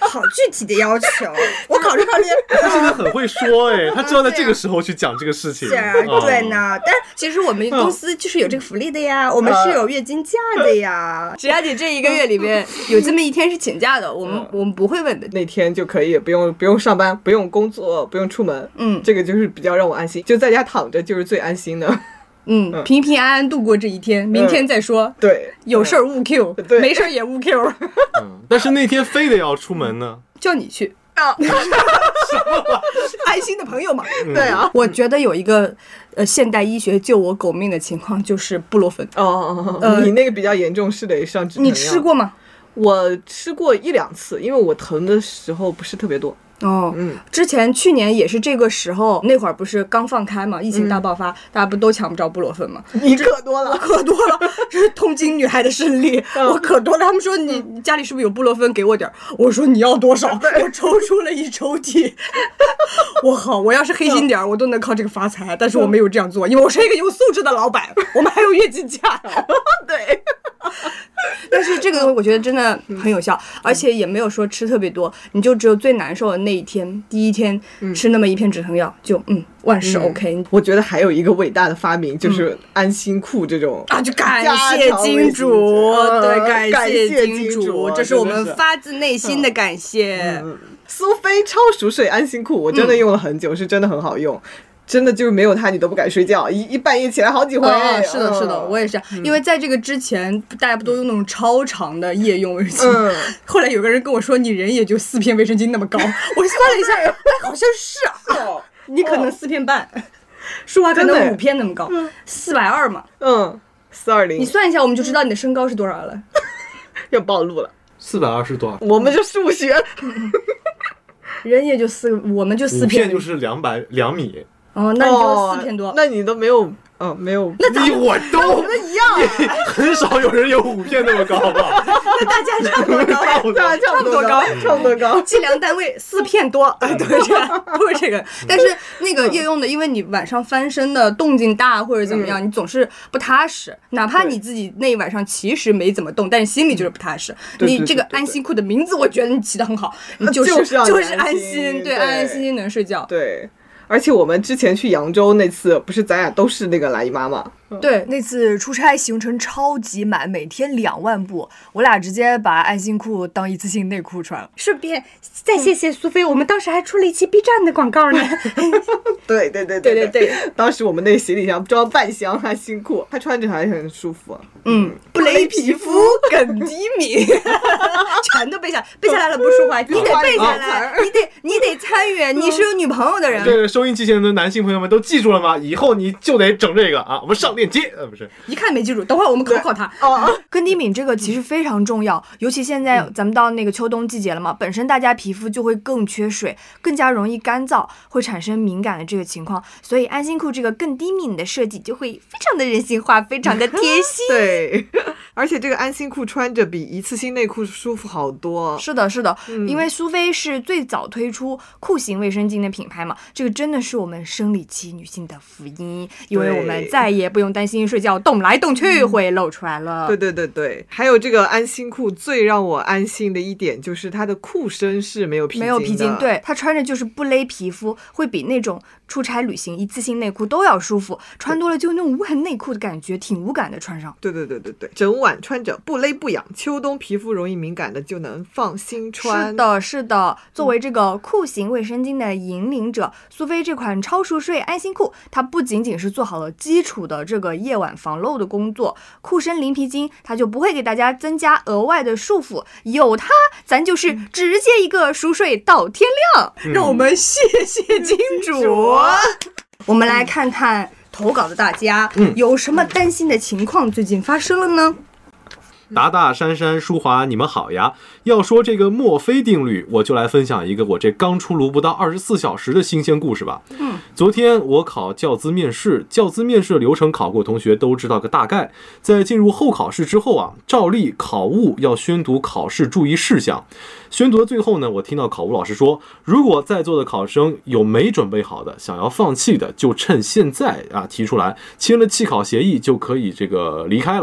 C: 好具体的要求，我考虑考虑。
B: 他现在很会说哎，他知道在这个时候去讲这个事情。
C: 是啊，对呢。但其实我们公司就是有这个福利的呀，我们是有月经假的呀。只要你这一个月里面有这么一天是请假的，我们我们不会问的。
A: 那天就可以不用不用上班，不用工作，不用出门。嗯，这个就是比较让我安心，就在家躺着就是最安心的。
C: 嗯，平平安安度过这一天，明天再说。
A: 嗯、对，
C: 有事儿勿 Q，、嗯、没事儿也勿 Q。
B: 嗯，但是那天非得要出门呢，
C: 叫你去。
A: 啊，什
C: 么？安心的朋友嘛。
A: 嗯、对啊，
C: 我觉得有一个呃现代医学救我狗命的情况就是布洛芬。
A: 哦哦哦，呃，你那个比较严重，是得上止疼药。
C: 你吃过吗？
A: 我吃过一两次，因为我疼的时候不是特别多。
C: 哦，嗯，之前去年也是这个时候，那会儿不是刚放开嘛，疫情大爆发，嗯、大家不都抢不着布洛芬吗？
A: 你可多了，
C: 我可多了，这是痛经女孩的胜利，嗯、我可多了。他们说你你家里是不是有布洛芬，给我点儿？我说你要多少？我抽出了一抽屉。我好，我要是黑心点儿，我都能靠这个发财，但是我没有这样做，因为我是一个有素质的老板，我们还有月经假。
A: 对。
C: 但是这个东西我觉得真的很有效，嗯、而且也没有说吃特别多，你就只有最难受的那一天，第一天吃那么一片止疼药，就嗯万事 OK、
A: 嗯。我觉得还有一个伟大的发明，就是安心裤这种、
C: 嗯、啊，就感谢金主，对，感谢金主，这是我们发自内心的感谢。
A: 嗯、苏菲超熟睡安心裤，我真的用了很久，嗯、是真的很好用。真的就是没有它，你都不敢睡觉，一一半夜起来好几回。
C: 哦、是的，是的，我也是，嗯、因为在这个之前，大家不都用那种超长的夜用卫生巾？嗯、后来有个人跟我说，你人也就四片卫生巾那么高，我算了一下，哎，好像是啊，哦、你可能四片半，舒华可能五片那么高，四百二嘛。
A: 嗯，四二零。
C: 你算一下，我们就知道你的身高是多少了。
A: 要暴露了。
B: 四百二是多少？
A: 我们就数学。
C: 人也就四，我们就四片。
B: 五片就是两百两米。
C: 哦，那你就四片多、
A: 哦，那你都没有，嗯、哦，没有，
C: 那
B: 你我都
A: 我们一样，
B: 很少有人有五片那么高吧？
C: 那大家差不多高，
A: 大家差不多高，差不多高，
C: 计量单位四片多，哎，都是这样，都是这个。但是那个夜用的，因为你晚上翻身的动静大或者怎么样，嗯、你总是不踏实，哪怕你自己那一晚上其实没怎么动，但是心里就是不踏实。你这个安心裤的名字，我觉得你起得很好，你就是就是安心，对，安安心心能睡觉，
A: 对。而且我们之前去扬州那次，不是咱俩都是那个来姨妈吗？
D: 对，那次出差行程超级满，每天两万步，我俩直接把安心裤当一次性内裤穿了。
C: 顺便再谢谢苏菲，我们当时还出了一期 B 站的广告呢。
A: 对对对对对对，当时我们那行李箱装半箱安心裤，它穿着还很舒服。
C: 嗯，不勒皮肤更低敏，全都背下背下来了，不说话，你得背下来，你得你得参与，你是有女朋友的人。
B: 这个收音机前的男性朋友们都记住了吗？以后你就得整这个啊，我们上链接，呃，不是，
C: 一看没记住，等会儿我们考考他。
D: 哦，更低敏这个其实非常重要，尤其现在咱们到那个秋冬季节了嘛，本身大家皮肤就会更缺水，更加容易干燥，会产生敏感的这个情况，所以安心裤这个更低敏的设计就会非常的人性化，非常的贴心。
A: 对，而且这个安心裤穿着比一次性内裤舒服好多。
D: 是的，是的，嗯、因为苏菲是最早推出裤型卫生巾的品牌嘛，这个真的是我们生理期女性的福音，因为我们再也不用担心睡觉动来动去会露出来了。
A: 对对对对，还有这个安心裤最让我安心的一点就是它的裤身是没有皮筋的，
D: 没有皮筋，对，它穿着就是不勒皮肤，会比那种出差旅行一次性内裤都要舒服，穿多了就那种无痕内裤的感觉，挺无感的穿上。
A: 对对对对对，整晚穿着不勒不痒，秋冬皮肤容易敏感的就能放心穿。
D: 是的，是的，作为这个裤型卫生巾的引领者，苏菲这款超熟睡安心裤，它不仅仅是做好了基础的这个夜晚防漏的工作，裤身零皮筋它就不会给大家增加额外的束缚，有它咱就是直接一个熟睡到天亮。
C: 嗯、让我们谢谢金主。我们来看看投稿的大家、嗯、有什么担心的情况最近发生了呢？
B: 达达、珊珊、舒华，你们好呀！要说这个墨菲定律，我就来分享一个我这刚出炉不到二十四小时的新鲜故事吧。嗯，昨天我考教资面试，教资面试的流程考过同学都知道个大概。在进入后考试之后啊，照例考务要宣读考试注意事项。宣读的最后呢，我听到考务老师说，如果在座的考生有没准备好的，想要放弃的，就趁现在啊提出来，签了弃考协议就可以这个离开了。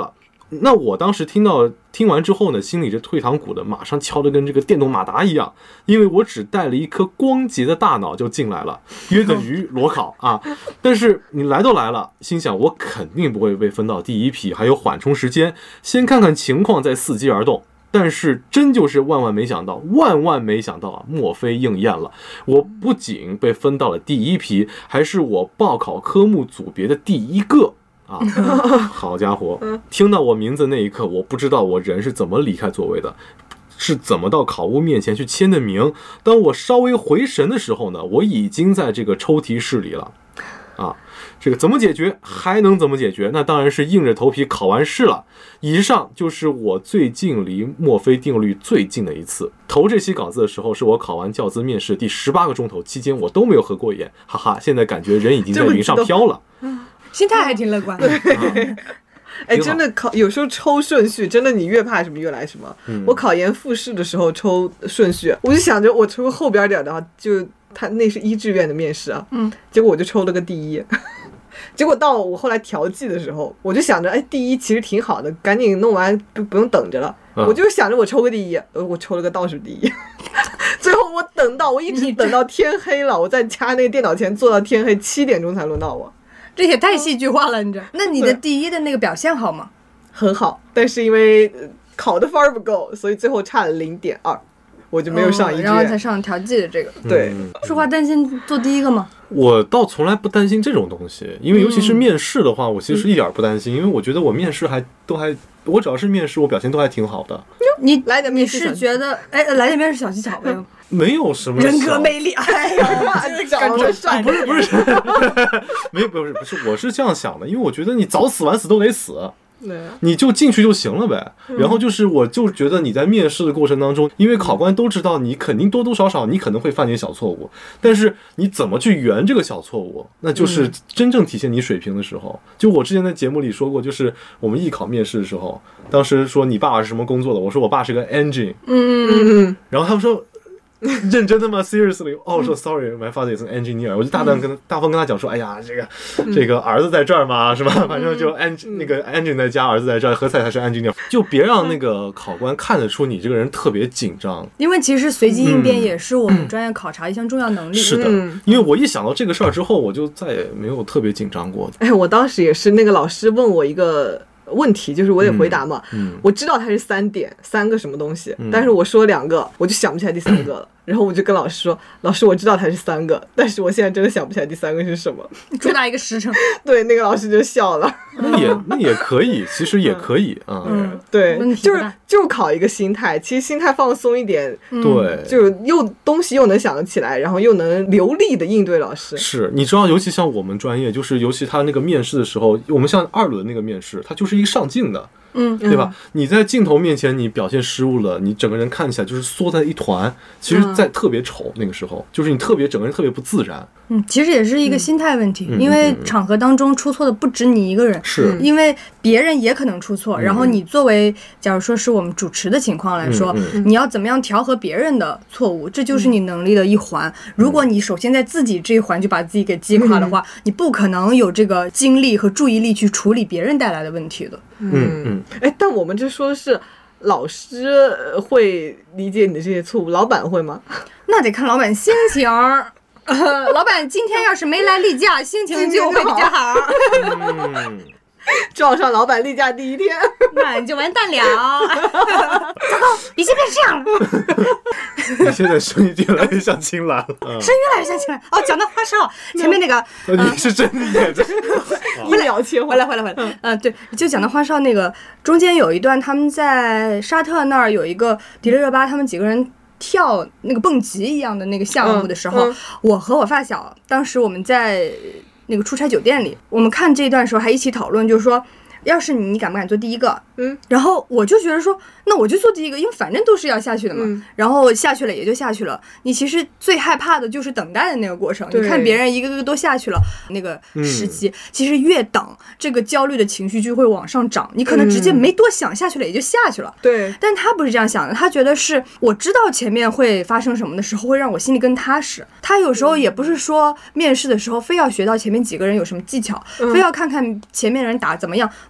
B: 那我当时听到听完之后呢，心里这退堂鼓的马上敲得跟这个电动马达一样，因为我只带了一颗光洁的大脑就进来了，约等于裸考啊。但是你来都来了，心想我肯定不会被分到第一批，还有缓冲时间，先看看情况再伺机而动。但是真就是万万没想到，万万没想到啊！莫非应验了？我不仅被分到了第一批，还是我报考科目组别的第一个。啊，好家伙！听到我名字那一刻，我不知道我人是怎么离开座位的，是怎么到考务面前去签的名。当我稍微回神的时候呢，我已经在这个抽题室里了。啊，这个怎么解决？还能怎么解决？那当然是硬着头皮考完试了。以上就是我最近离墨菲定律最近的一次。投这期稿子的时候，是我考完教资面试第十八个钟头，期间我都没有合过眼，哈哈！现在感觉人已经在云上飘了。
C: 心态还挺乐观的。
A: 哎，真的考有时候抽顺序，真的你越怕什么越来什么。嗯、我考研复试的时候抽顺序，我就想着我抽后边点的话，就他那是一志愿的面试啊，嗯，结果我就抽了个第一。结果到我后来调剂的时候，我就想着，哎，第一其实挺好的，赶紧弄完不不用等着了。嗯、我就想着我抽个第一，呃，我抽了个倒数第一。最后我等到我一直等到天黑了，我在家那个电脑前坐到天黑，七点钟才轮到我。
C: 这也太戏剧化了，你这。那你的第一的那个表现好吗？
A: 很好，但是因为考的分儿不够，所以最后差了零点二，我就没有上一志愿、
C: 哦，然后才上调剂的这个。
A: 对，
C: 说话担心做第一个吗？
B: 我倒从来不担心这种东西，因为尤其是面试的话，嗯、我其实一点不担心，因为我觉得我面试还都还，我只要是面试，我表现都还挺好的。
C: 你
A: 来点面试，
C: 是觉得哎，来点面试小技巧呗？
B: 没有什么
C: 人格魅力，哎呦，
A: 长得帅，
B: 不是不是，没有不是不是，我是这样想的，因为我觉得你早死晚死都得死。你就进去就行了呗。然后就是，我就觉得你在面试的过程当中，因为考官都知道你肯定多多少少你可能会犯点小错误，但是你怎么去圆这个小错误，那就是真正体现你水平的时候。就我之前在节目里说过，就是我们艺考面试的时候，当时说你爸爸是什么工作的，我说我爸是个 engine， 嗯嗯，然后他们说。认真的吗 ？Seriously？ 哦，我说 Sorry，my father is an engineer。我就大胆跟他大方跟他讲说，哎呀，这个这个儿子在这儿嘛，是吧？反正就 engine 那个 engine 在家，儿子在这儿，何塞才是 engineer。就别让那个考官看得出你这个人特别紧张。
C: 因为其实随机应变也是我们专业考察一项重要能力。
B: 是的，因为我一想到这个事儿之后，我就再也没有特别紧张过。
A: 哎，我当时也是，那个老师问我一个问题，就是我得回答嘛。嗯嗯、我知道它是三点，三个什么东西，嗯、但是我说两个，我就想不起来第三个了。然后我就跟老师说，老师我知道它是三个，但是我现在真的想不起来第三个是什么。
C: 主打一个实诚。
A: 对，那个老师就笑了。
B: 那也那也可以，其实也可以啊。
A: 嗯，嗯对，就是就考一个心态，其实心态放松一点，
B: 对，
A: 就又东西又能想得起来，然后又能流利的应对老师。
B: 是，你知道，尤其像我们专业，就是尤其他那个面试的时候，我们像二轮那个面试，它就是一个上镜的。嗯，对吧？你在镜头面前，你表现失误了，你整个人看起来就是缩在一团，其实在特别丑。那个时候，就是你特别整个人特别不自然。
C: 嗯，其实也是一个心态问题，嗯、因为场合当中出错的不止你一个人，
B: 是
C: 因为别人也可能出错。嗯、然后你作为，假如说是我们主持的情况来说，嗯嗯、你要怎么样调和别人的错误，这就是你能力的一环。嗯、如果你首先在自己这一环就把自己给击垮的话，嗯、你不可能有这个精力和注意力去处理别人带来的问题的。
A: 嗯嗯，哎，但我们这说的是老师会理解你的这些错误，老板会吗？
C: 那得看老板心情。呃，老板今天要是没来例假，心情就会比较好。
B: 嗯，
A: 撞上老板例假第一天，
C: 那你就完蛋了。糟糕，笔记变这样了。
B: 你现在声音越来越像青兰了，
C: 声音越来越像青兰。哦，讲到花少，前面那个，
B: 呃、你是真的演这
A: 一秒切
C: 回来，回来，回来。嗯、呃，对，就讲到花少那个中间有一段，他们在沙特那儿有一个迪丽热巴，他们几个人跳那个蹦极一样的那个项目的时候，嗯嗯、我和我发小当时我们在那个出差酒店里，我们看这一段的时候还一起讨论，就是说，要是你，你敢不敢做第一个？嗯，然后我就觉得说，那我就做第一个，因为反正都是要下去的嘛。嗯、然后下去了也就下去了。你其实最害怕的就是等待的那个过程。你看别人一个个都下去了，那个时期，嗯、其实越等，这个焦虑的情绪就会往上涨。你可能直接没多想，下去了也就下去了。
A: 对、嗯。
C: 但他不是这样想的，他觉得是我知道前面会发生什么的时候，会让我心里更踏实。他有时候也不是说面试的时候非要学到前面几个人有什么技巧，嗯、非要看看前面人打怎么样。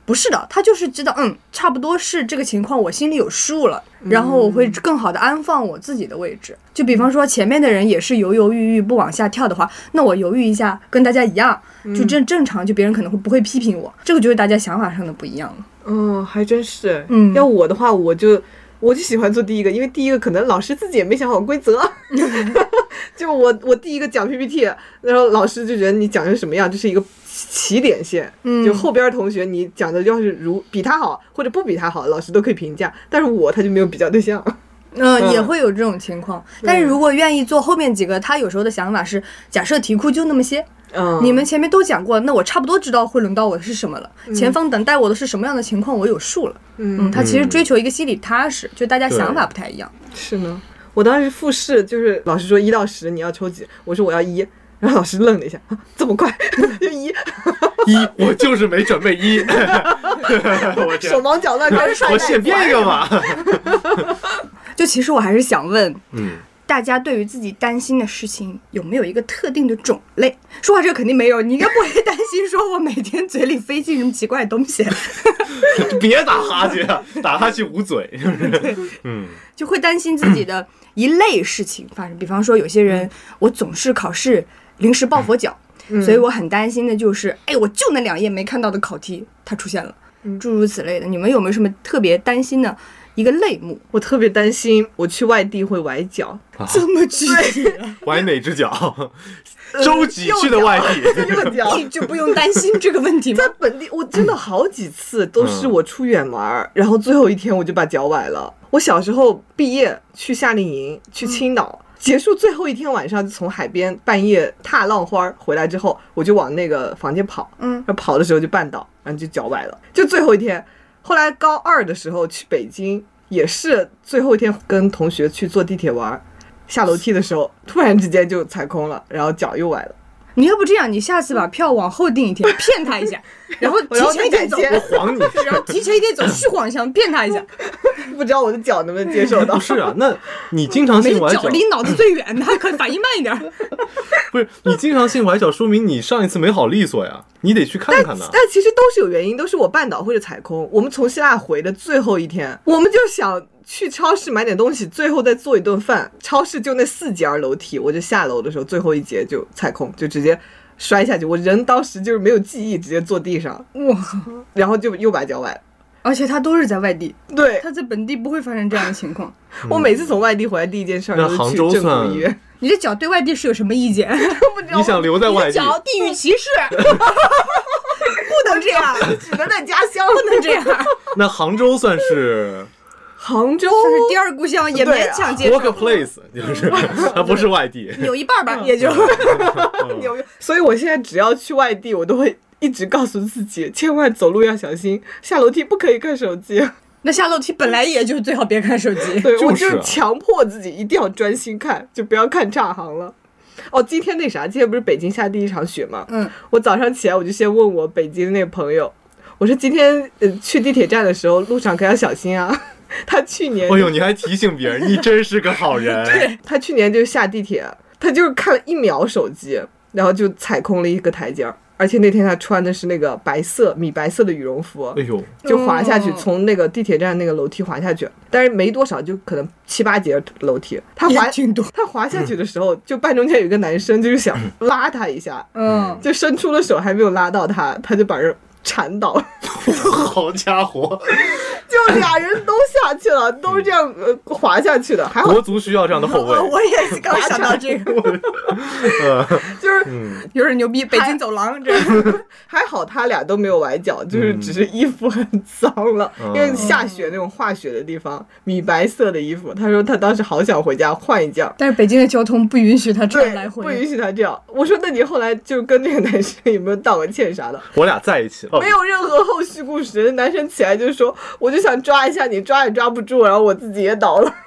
D: 不是的，他就是知道，嗯，差不多是这个情况，我心里有数了，然后我会更好的安放我自己的位置。就比方说前面的人也是犹犹豫豫不往下跳的话，那我犹豫一下，跟大家一样，就正正常，就别人可能会不会批评我，这个就是大家想法上的不一样了。
A: 嗯，还真是。
D: 嗯，
A: 要我的话，我就我就喜欢做第一个，因为第一个可能老师自己也没想好规则。就我我第一个讲 P P T， 然后老师就觉得你讲成什么样，这是一个起点线。嗯，就后边同学你讲的要是如比他好或者不比他好，老师都可以评价，但是我他就没有比较对象。
D: 嗯、呃，也会有这种情况。但是如果愿意做后面几个，他有时候的想法是，假设题库就那么些。嗯，你们前面都讲过，那我差不多知道会轮到我的是什么了。嗯、前方等待我的是什么样的情况，我有数了。嗯, 嗯，他其实追求一个心理踏实，就大家想法不太一样。
A: 是呢，我当时复试就是老师说一到十你要抽几，我说我要一，然后老师愣了一下，啊、这么快就一
B: 一，我就是没准备一，我
A: 手忙脚乱开始
B: 我现编一个嘛。
D: 就其实我还是想问，
B: 嗯。
D: 大家对于自己担心的事情有没有一个特定的种类？说话这个肯定没有，你应该不会担心说我每天嘴里飞进什么奇怪的东西。
B: 别打哈欠，打哈欠捂嘴。嗯，
D: 就会担心自己的一类事情发生，比方说有些人我总是考试临时抱佛脚，嗯、所以我很担心的就是，哎，我就那两页没看到的考题它出现了，嗯、诸如此类的。你们有没有什么特别担心的一个类目？
A: 我特别担心我去外地会崴脚。
B: 啊、
D: 这么具体？
B: 崴哪只脚？周几去的外地？
A: 右脚，
D: 你就不用担心这个问题吗？
A: 在本地，我真的好几次都是我出远门，嗯、然后最后一天我就把脚崴了。我小时候毕业去夏令营，去青岛。嗯结束最后一天晚上，就从海边半夜踏浪花回来之后，我就往那个房间跑，嗯，然后跑的时候就绊倒，然后就脚崴了，就最后一天。后来高二的时候去北京，也是最后一天跟同学去坐地铁玩，下楼梯的时候突然之间就踩空了，然后脚又崴了。
D: 你要不这样，你下次把票往后订一天，骗他一下，然后提前一天走，
B: 我晃你，
D: 然后提前一天走，虚晃一下，骗他一下。
A: 不知道我的脚能不能接受到？
B: 不是啊，那你经常性崴脚，
D: 脚离脑子最远，他可反应慢一点。
B: 不是你经常性崴脚，说明你上一次没好利索呀，你得去看看呢。
A: 但, 但其实都是有原因，都是我绊倒或者踩空。我们从希腊回的最后一天，我们就想去超市买点东西，最后再做一顿饭。超市就那四节楼梯，我就下楼的时候最后一节就踩空，就直接摔下去。我人当时就是没有记忆，直接坐地上，哇，然后就又把脚崴了。
D: 而且他都是在外地，
A: 对，
D: 他在本地不会发生这样的情况。
A: 嗯、我每次从外地回来，第一件事就是去政府医院。
D: 你这脚对外地是有什么意见？
B: 你想留在外地？
D: 你脚地域歧视，不能这样，
A: 只能在家乡，
D: 不能这样。
B: 那杭州算是？
A: 杭州
D: 算是第二故乡，也勉强接受。
B: Workplace 就是它不是外地，
D: 有一半吧，也就。
A: 所以我现在只要去外地，我都会一直告诉自己，千万走路要小心，下楼梯不可以看手机。
D: 那下楼梯本来也就最好别看手机。
A: 对，
B: 就是啊、
A: 我就强迫自己一定要专心看，就不要看差行了。哦，今天那啥，今天不是北京下第一场雪吗？嗯，我早上起来我就先问我北京那个朋友，我说今天呃去地铁站的时候路上可要小心啊。他去年，
B: 哎呦，你还提醒别人，你真是个好人。
A: 对，他去年就下地铁，他就是看了一秒手机，然后就踩空了一个台阶，而且那天他穿的是那个白色米白色的羽绒服，
B: 哎呦，
A: 就滑下去，从那个地铁站那个楼梯滑下去，但是没多少，就可能七八节楼梯。他滑他滑下去的时候，就半中间有一个男生就是想拉他一下，嗯，就伸出了手，还没有拉到他，他就把人缠倒了。
B: 好家伙！
A: 就俩人都下去了，都是这样呃滑下去的。还好
B: 国足需要这样的后卫。
D: 我也是刚想到这个，
A: 就是
D: 有点牛逼，北京走廊这。
A: 还好他俩都没有崴脚，就是只是衣服很脏了，嗯、因为下雪那种化雪的地方，米白色的衣服。他说他当时好想回家换一件，
D: 但是北京的交通不允许他这样来回，
A: 不允许他这样。我说那你后来就跟这个男生有没有道个歉啥的？
B: 我俩在一起了，
A: 没有任何后续故事。男生起来就说，我就想抓一下你，抓也抓不住，然后我自己也倒了。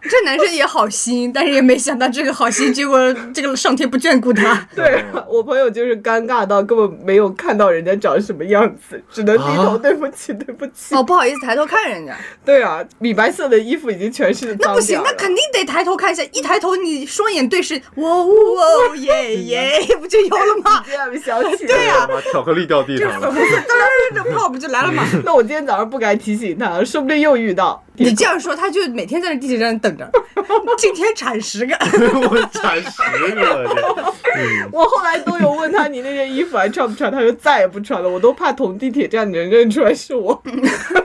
D: 这男生也好心，但是也没想到这个好心，结果这个上天不眷顾他。
A: 对我朋友就是尴尬到根本没有看到人家长什么样子，只能低头对不起、啊、对不起。
D: 哦，不好意思抬头看人家。
A: 对啊，米白色的衣服已经全是脏掉了。
D: 那不行，那肯定得抬头看一下，一抬头你双眼对视，哇哦耶耶，不就有了吗？
A: 这样想起
D: 对呀、啊，
B: 巧克力掉地上了，
D: 粉红色嘚儿的泡不就来了吗？
A: 那我今天早上不该提醒他，说不定又遇到。
D: 你这样说，他就每天在那地铁站等着，今天铲十个，
B: 我铲十个，
A: 嗯、我后来都有问他，你那件衣服还穿不穿？他说再也不穿了，我都怕同地铁站的人认出来是我。
D: 这不应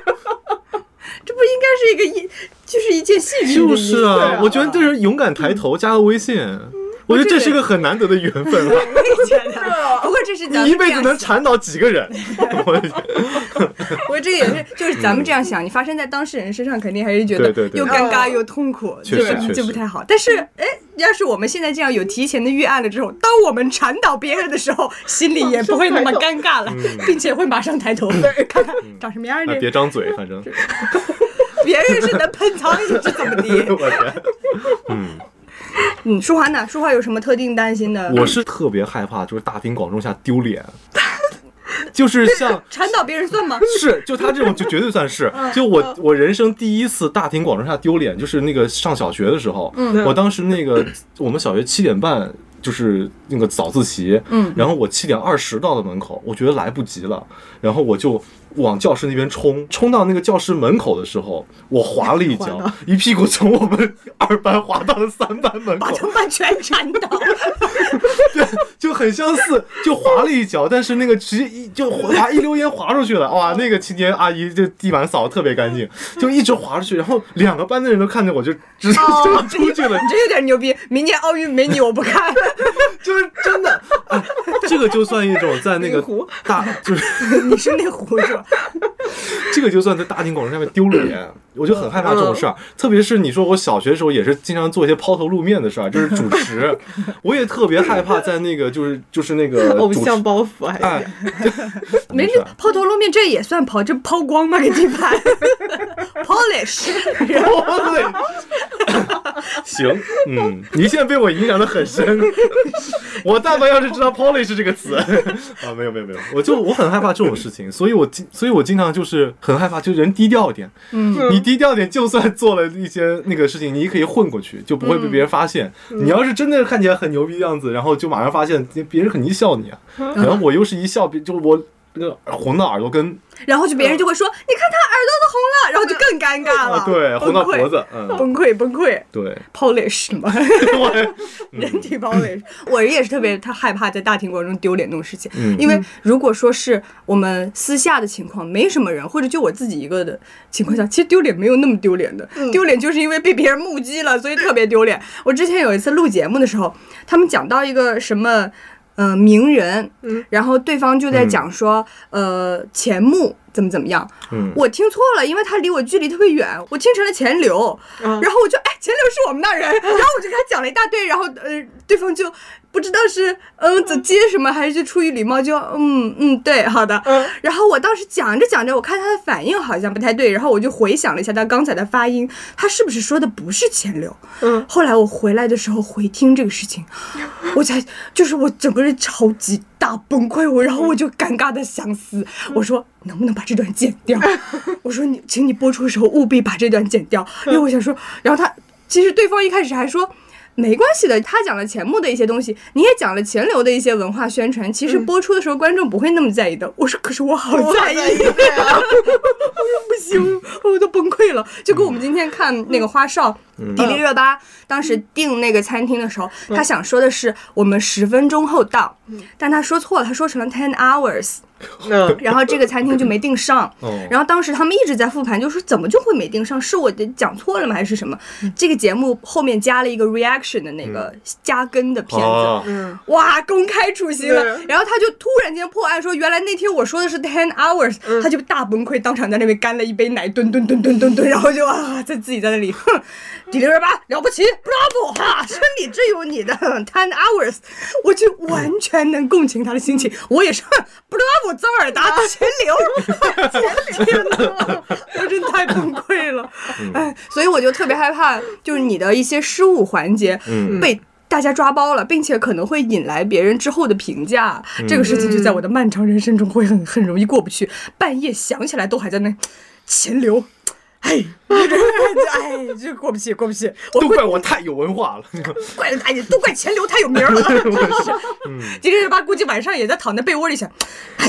D: 该是一个一，就是一件戏剧。
B: 就是啊，啊我觉得这是勇敢抬头加个微信。我觉得这是个很难得的缘分了。
D: 我也觉得，不过这是咱们
B: 你一辈子能缠到几个人？
D: 不过这个也是，就是咱们这样想，嗯、你发生在当事人身上，肯定还是觉得又尴尬又痛苦，
B: 确实确实
D: 就不太好。但是，哎，要是我们现在这样有提前的预案了之后，当我们缠倒别人的时候，心里也不会那么尴尬了，嗯、并且会马上抬头看看长什么样的。
B: 别张嘴，反正
D: 别人是能喷苍蝇是怎么的？
B: 我天，嗯。
D: 嗯，舒华呢？舒华有什么特定担心的？
B: 我是特别害怕，就是大庭广众下丢脸，就是像
D: 缠倒别人算吗？
B: 是，就他这种就绝对算是。就我我人生第一次大庭广众下丢脸，就是那个上小学的时候，嗯，我当时那个我们小学七点半就是那个早自习，嗯，然后我七点二十到了门口，我觉得来不及了，然后我就往教室那边冲，冲到那个教室门口的时候，我滑了一跤，一屁股从我们二班滑到了三班门口，
D: 把他们班全缠倒。
B: 对，就很相似，就滑了一跤，但是那个直接一就滑一溜烟滑出去了，哇，那个清洁阿姨就地板扫得特别干净，就一直滑出去，然后两个班的人都看着我就直接就出去了。
D: 哦、你这有点牛逼，明年奥运没你我不看。
B: 就是真的，哎，这个就算一种在那个大，就是
D: 你是那壶是吧？
B: 这个就算在大庭广众下面丢脸，我就很害怕这种事儿。特别是你说我小学的时候也是经常做一些抛头露面的事儿，就是主持，我也特别害怕在那个就是就是那个
A: 偶像包袱还
B: 哎，
D: 没事，抛头露面这也算抛，这抛光吗？给地盘 ，polish，
B: polish。行，嗯，你现在被我影响的很深。我但凡要是知道 polish 这个词啊，没有没有没有，我就我很害怕这种事情，所以我所以我经常就是很害怕，就人低调一点。嗯，你低调点，就算做了一些那个事情，你可以混过去，就不会被别人发现。嗯、你要是真的看起来很牛逼的样子，然后就马上发现，别人肯定笑你啊。嗯、然后我又是一笑，就我那个红的耳朵根。
D: 然后就别人就会说，嗯、你看他耳朵都红了，然后就更尴尬了。
B: 啊、对，红到脖子，嗯，
D: 崩溃崩溃。
B: 对
D: ，polish 嘛，人体 polish。我也是特别他害怕在大庭广众丢脸那种事情，嗯、因为如果说是我们私下的情况，没什么人，或者就我自己一个的情况下，其实丢脸没有那么丢脸的，嗯、丢脸就是因为被别人目击了，所以特别丢脸。我之前有一次录节目的时候，他们讲到一个什么。呃，名人，嗯，然后对方就在讲说，嗯、呃，钱穆怎么怎么样，嗯，我听错了，因为他离我距离特别远，我听成了钱刘，嗯、然后我就哎，钱刘是我们那人，然后我就给他讲了一大堆，然后呃，对方就不知道是嗯、呃、怎接什么，还是就出于礼貌就嗯嗯对好的，嗯，然后我当时讲着讲着，我看他的反应好像不太对，然后我就回想了一下他刚才的发音，他是不是说的不是钱刘？嗯，后来我回来的时候回听这个事情，我才就是我整个人超级大崩溃，我然后我就尴尬的想死，我说能不能把这段剪掉？我说你，请你播出的时候务必把这段剪掉，因为我想说，然后他其实对方一开始还说。没关系的，他讲了钱穆的一些东西，你也讲了钱刘的一些文化宣传，其实播出的时候观众不会那么在意的。我说可是我好在意，我说不行，我都崩溃了。就跟我们今天看那个花少迪丽热巴当时订那个餐厅的时候，他想说的是我们十分钟后到，但他说错了，他说成了 ten hours。然后这个餐厅就没订上，然后当时他们一直在复盘，就说怎么就会没订上？是我的讲错了吗？还是什么？这个节目后面加了一个 reaction 的那个加更的片子，哇，公开处刑了。然后他就突然间破案说，原来那天我说的是 ten hours， 他就大崩溃，当场在那边干了一杯奶，吨吨吨吨吨吨，然后就啊，在自己在那里，哼，迪丽热巴了不起 ，bravo 哈，生理只有你的 ten hours， 我就完全能共情他的心情，我也是，哼 ，bravo。
C: 傅扎尔达钱流，天哪，我真太崩溃了。哎，所以我就特别害怕，就是你的一些失误环节被大家抓包了，并且可能会引来别人之后的评价。嗯、这个事情就在我的漫长人生中会很很容易过不去，半夜想起来都还在那钱流。哎，哎，这过不去，过不去。
B: 都怪我太有文化了，
C: 怪了哎，都怪钱流太有名了。嗯、今天吧，估计晚上也在躺在被窝里想，哎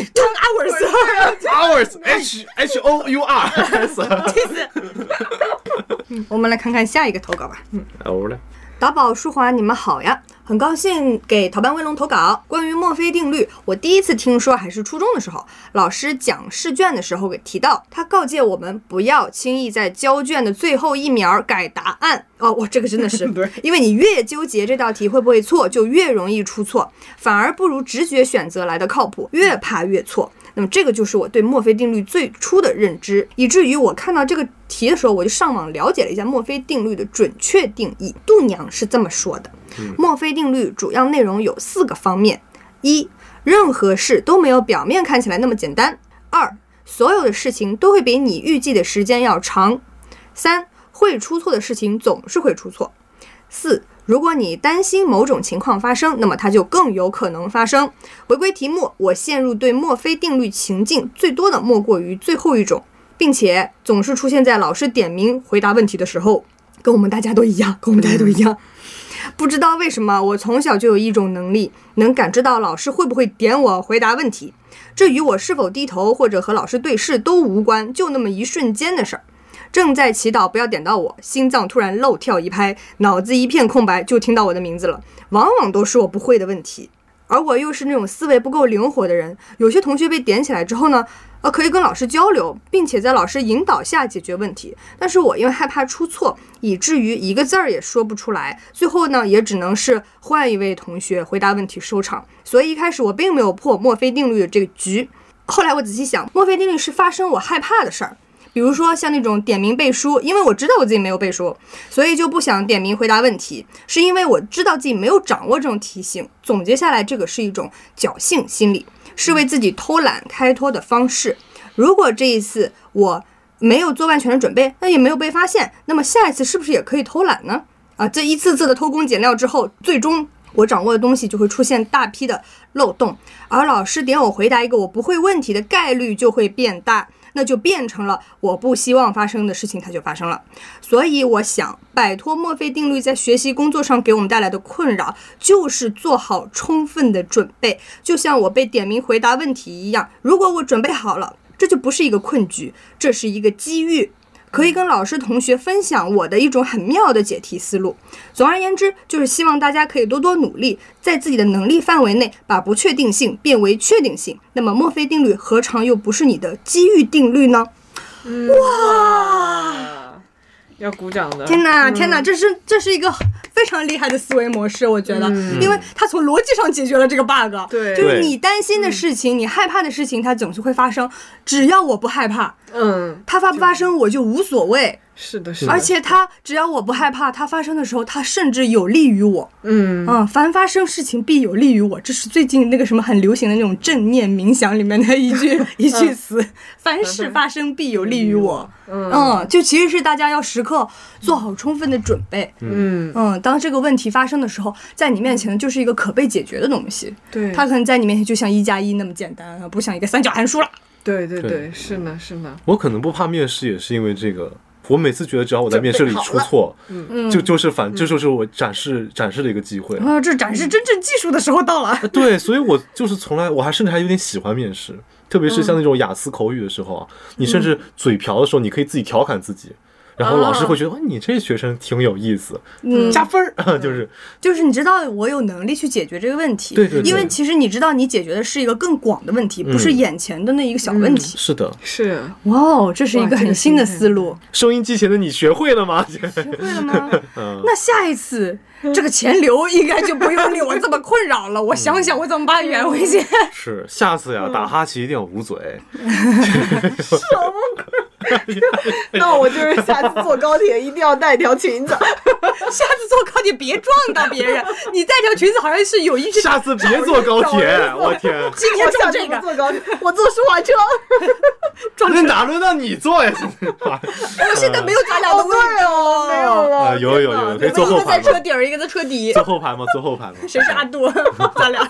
C: ，ten
B: hours，hours，h h o u r s，
C: 气死。我们来看看下一个投稿吧。
B: 嗯，好嘞。
C: 达宝、舒华，你们好呀！很高兴给逃班威龙投稿。关于墨菲定律，我第一次听说还是初中的时候，老师讲试卷的时候给提到，他告诫我们不要轻易在交卷的最后一秒改答案。哦，哇，这个真的是，因为你越纠结这道题会不会错，就越容易出错，反而不如直觉选择来的靠谱，越怕越错。那么这个就是我对墨菲定律最初的认知，以至于我看到这个题的时候，我就上网了解了一下墨菲定律的准确定义。度娘是这么说的：墨菲定律主要内容有四个方面：一、任何事都没有表面看起来那么简单；二、所有的事情都会比你预计的时间要长；三、会出错的事情总是会出错；四、如果你担心某种情况发生，那么它就更有可能发生。回归题目，我陷入对墨菲定律情境最多的莫过于最后一种，并且总是出现在老师点名回答问题的时候，跟我们大家都一样，跟我们大家都一样。不知道为什么，我从小就有一种能力，能感知到老师会不会点我回答问题，这与我是否低头或者和老师对视都无关，就那么一瞬间的事儿。正在祈祷不要点到我，心脏突然漏跳一拍，脑子一片空白，就听到我的名字了。往往都是我不会的问题，而我又是那种思维不够灵活的人。有些同学被点起来之后呢，呃，可以跟老师交流，并且在老师引导下解决问题。但是我因为害怕出错，以至于一个字儿也说不出来，最后呢，也只能是换一位同学回答问题收场。所以一开始我并没有破墨菲定律的这个局。后来我仔细想，墨菲定律是发生我害怕的事儿。比如说像那种点名背书，因为我知道我自己没有背书，所以就不想点名回答问题，是因为我知道自己没有掌握这种题型。总结下来，这个是一种侥幸心理，是为自己偷懒开脱的方式。如果这一次我没有做完全的准备，那也没有被发现，那么下一次是不是也可以偷懒呢？啊，这一次次的偷工减料之后，最终我掌握的东西就会出现大批的漏洞，而老师点我回答一个我不会问题的概率就会变大，那就变成了我不希望发生的事情，它就发生了。所以我想摆脱墨菲定律在学习工作上给我们带来的困扰，就是做好充分的准备。就像我被点名回答问题一样，如果我准备好了，这就不是一个困局，这是一个机遇，可以跟老师同学分享我的一种很妙的解题思路。总而言之，就是希望大家可以多多努力，在自己的能力范围内把不确定性变为确定性。那么墨菲定律何尝又不是你的机遇定律呢？
A: 嗯、
C: 哇，
A: 要鼓掌的！
C: 天哪，天哪，这是这是一个非常厉害的思维模式，我觉得，嗯、因为它从逻辑上解决了这个 bug。
A: 对，
C: 就是你担心的事情，你害怕的事情，它总是会发生。只要我不害怕，
A: 嗯，
C: 它发不发生我就无所谓。
A: 是的，是的。
C: 而且它只要我不害怕，它发生的时候，它甚至有利于我。
A: 嗯
C: 嗯，凡发生事情必有利于我，这是最近那个什么很流行的那种正念冥想里面的一句一句词。凡事发生必有利于我。
A: 嗯
C: 嗯，就其实是大家要时刻做好充分的准备。
A: 嗯
C: 嗯，当这个问题发生的时候，在你面前就是一个可被解决的东西。
A: 对，
C: 它可能在你面前就像一加一那么简单，不像一个三角函数了。
A: 对对对，
B: 对
A: 是呢是呢。
B: 我可能不怕面试，也是因为这个。我每次觉得只要我在面试里出错，
A: 嗯，
B: 就就是反，这就是我展示展示的一个机会。
C: 啊，这展示真正技术的时候到了。
B: 对，所以我就是从来，我还甚至还有点喜欢面试，特别是像那种雅思口语的时候啊，你甚至嘴瓢的时候，你可以自己调侃自己。然后老师会觉得，哦，你这学生挺有意思，嗯，加分儿，就是
C: 就是你知道我有能力去解决这个问题，
B: 对对对，
C: 因为其实你知道你解决的是一个更广的问题，
B: 嗯、
C: 不是眼前的那一个小问题。
B: 嗯、是的，
A: 是，
C: 哇哦，这是一个很新的思路。
B: 收音机前的你学会了吗？
C: 学会了吗？嗯、那下一次这个钱流应该就不用令我这么困扰了。我想想我怎么把它圆回去。
B: 是，下次呀，打哈欠一定要捂嘴。
C: 什么鬼？
A: 那我就是下次坐高铁一定要带条裙子。
C: 下次坐高铁别撞到别人，你带条裙子好像是有意识。
B: 下次别坐高铁，我天！
C: 今天撞这个，
A: 坐高铁，我坐舒华车。
B: 那哪轮到你坐呀？
C: 我现在没有咱俩的位置
A: 哦，没有了。
B: 啊，有有有，可以坐
C: 一个
B: 后排吗？
C: 在车底儿，一个在车底。
B: 坐后排吗？坐后排吗？
C: 谁是阿杜？咱俩。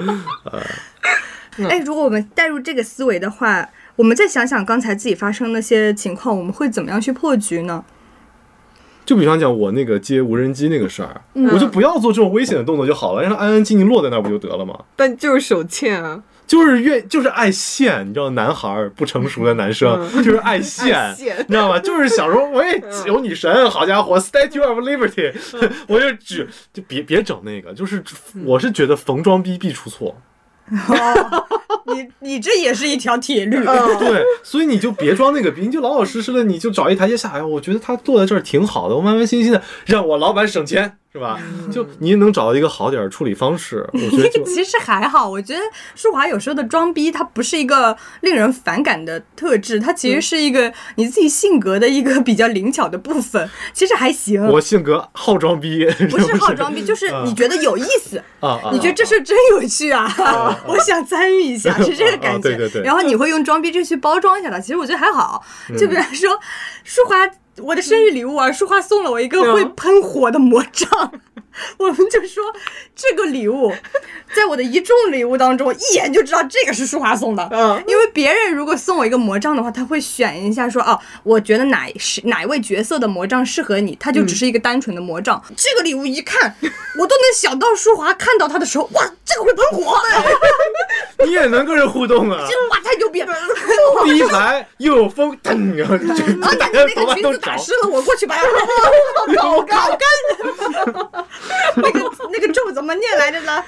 C: 哎，如果我们带入这个思维的话，我们再想想刚才自己发生那些情况，我们会怎么样去破局呢？
B: 就比方讲我那个接无人机那个事儿，
A: 嗯、
B: 我就不要做这种危险的动作就好了，让它安安静静落在那儿不就得了吗？
A: 但就是手欠啊。
B: 就是愿就是爱现，你知道，男孩不成熟的男生、嗯、就是爱现，
A: 爱现
B: 你知道吗？就是小时候我也有女神，好家伙 ，Statue of Liberty，、嗯、我就只就别别整那个，就是我是觉得逢装逼必出错。
C: 哦，你你这也是一条铁律、
B: 嗯，对，所以你就别装那个逼，你就老老实实的，你就找一台阶下来。我觉得他坐在这儿挺好的，我慢慢心心的让我老板省钱。是吧？就你能找到一个好点处理方式，我觉得就
C: 其实还好。我觉得舒华有时候的装逼，它不是一个令人反感的特质，它其实是一个你自己性格的一个比较灵巧的部分，其实还行。
B: 我性格好装逼，
C: 不是好装逼，就是你觉得有意思
B: 啊，
C: 你觉得这事真有趣啊，啊我想参与一下，是这个感觉。
B: 啊、对对对。
C: 然后你会用装逼这去包装一下它，其实我觉得还好。就比方说，舒华。我的生日礼物啊，舒华送了我一个会喷火的魔杖，我们就说这个礼物在我的一众礼物当中一眼就知道这个是舒华送的。
A: 嗯，
C: 因为别人如果送我一个魔杖的话，他会选一下说哦，我觉得哪是哪一位角色的魔杖适合你，他就只是一个单纯的魔杖。嗯、这个礼物一看，我都能想到舒华看到他的时候，哇，这个会喷火。
B: 你也能跟人互动啊！
C: 哇，太牛逼了！
B: 第一排又有风，噔，然后就
C: 啊，那你那个裙子打湿了，我过去把它烤干。那个那个咒怎么念来着呢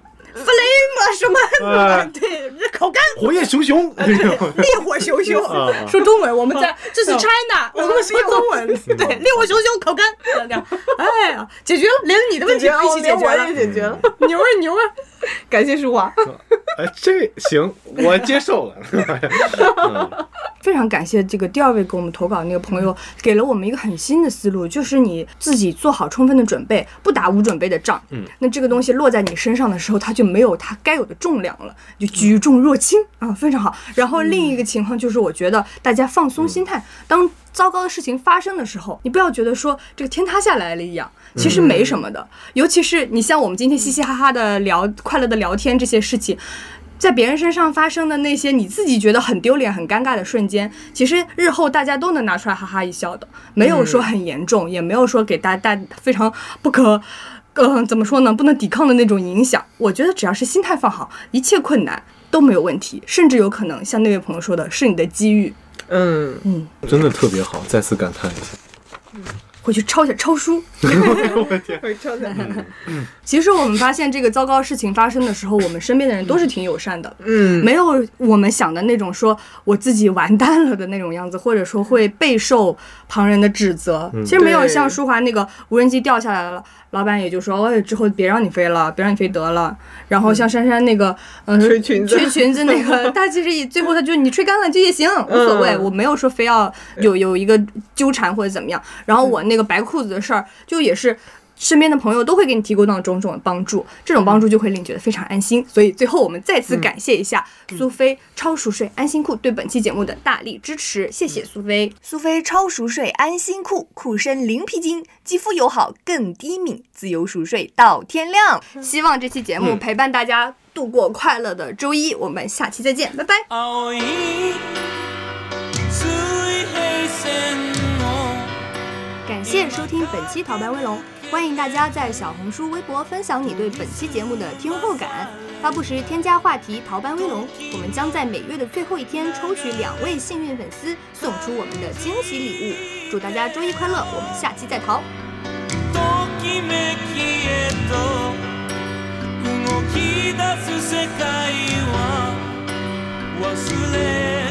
C: ？flame 什么？
B: 啊、
C: 对，烤干。
B: 火焰熊熊，
C: 烈火熊熊。啊、说中文，我们在这是 China，、啊、我们说中文。对，烈火熊熊烤干。哎呀，解决了，连你的问题一起解决了，
A: 也解决了。
C: 牛啊牛啊！
A: 感谢舒华。
B: 哎，这行，我接受了。
C: 嗯、非常感谢这个第二位给我们投稿的那个朋友，给了我们一个很新的思路，就是你自己做好充分的准备，不打无准备的仗。
B: 嗯，
C: 那这个东西落在你身上的时候，它就没有它该有的重量了，就举重若轻啊，非常好。然后另一个情况就是，我觉得大家放松心态，当糟糕的事情发生的时候，你不要觉得说这个天塌下来了一样，其实没什么的。尤其是你像我们今天嘻嘻哈哈的聊，快乐的聊天这些事情，在别人身上发生的那些你自己觉得很丢脸很尴尬的瞬间，其实日后大家都能拿出来哈哈一笑的，没有说很严重，也没有说给大家非常不可呃怎么说呢，不能抵抗的那种影响。我觉得只要是心态放好，一切困难都没有问题，甚至有可能像那位朋友说的，是你的机遇。
A: 嗯
C: 嗯，
B: 真的特别好，再次感叹一下。
C: 嗯，回去抄一下抄书。
B: 我天，
A: 回抄下。
C: 嗯，其实我们发现这个糟糕事情发生的时候，我们身边的人都是挺友善的。
A: 嗯，
C: 没有我们想的那种说我自己完蛋了的那种样子，或者说会备受旁人的指责。嗯、其实没有像舒华那个无人机掉下来了，老板也就说，哦，之后别让你飞了，别让你飞得了。然后像珊珊那个，嗯、呃，
A: 吹裙子，
C: 吹裙子那个，他其实也最后他就你吹干了就也行，无所谓，嗯、我没有说非要有有一个纠缠或者怎么样。然后我那个白裤子的事儿，就也是身边的朋友都会给你提供到种种的帮助，这种帮助就会令你觉得非常安心。所以最后我们再次感谢一下苏菲超熟睡安心裤对本期节目的大力支持，谢谢苏菲。苏菲超熟睡安心裤，裤身零皮筋，肌肤友好更低敏，自由熟睡到天亮。希望这期节目陪伴大家度过快乐的周一，我们下期再见，拜拜。感谢收听本期逃班威龙，欢迎大家在小红书、微博分享你对本期节目的听后感，发布时添加话题逃班威龙，我们将在每月的最后一天抽取两位幸运粉丝，送出我们的惊喜礼物。祝大家周一快乐，我们下期再逃。動き出す世界は忘れ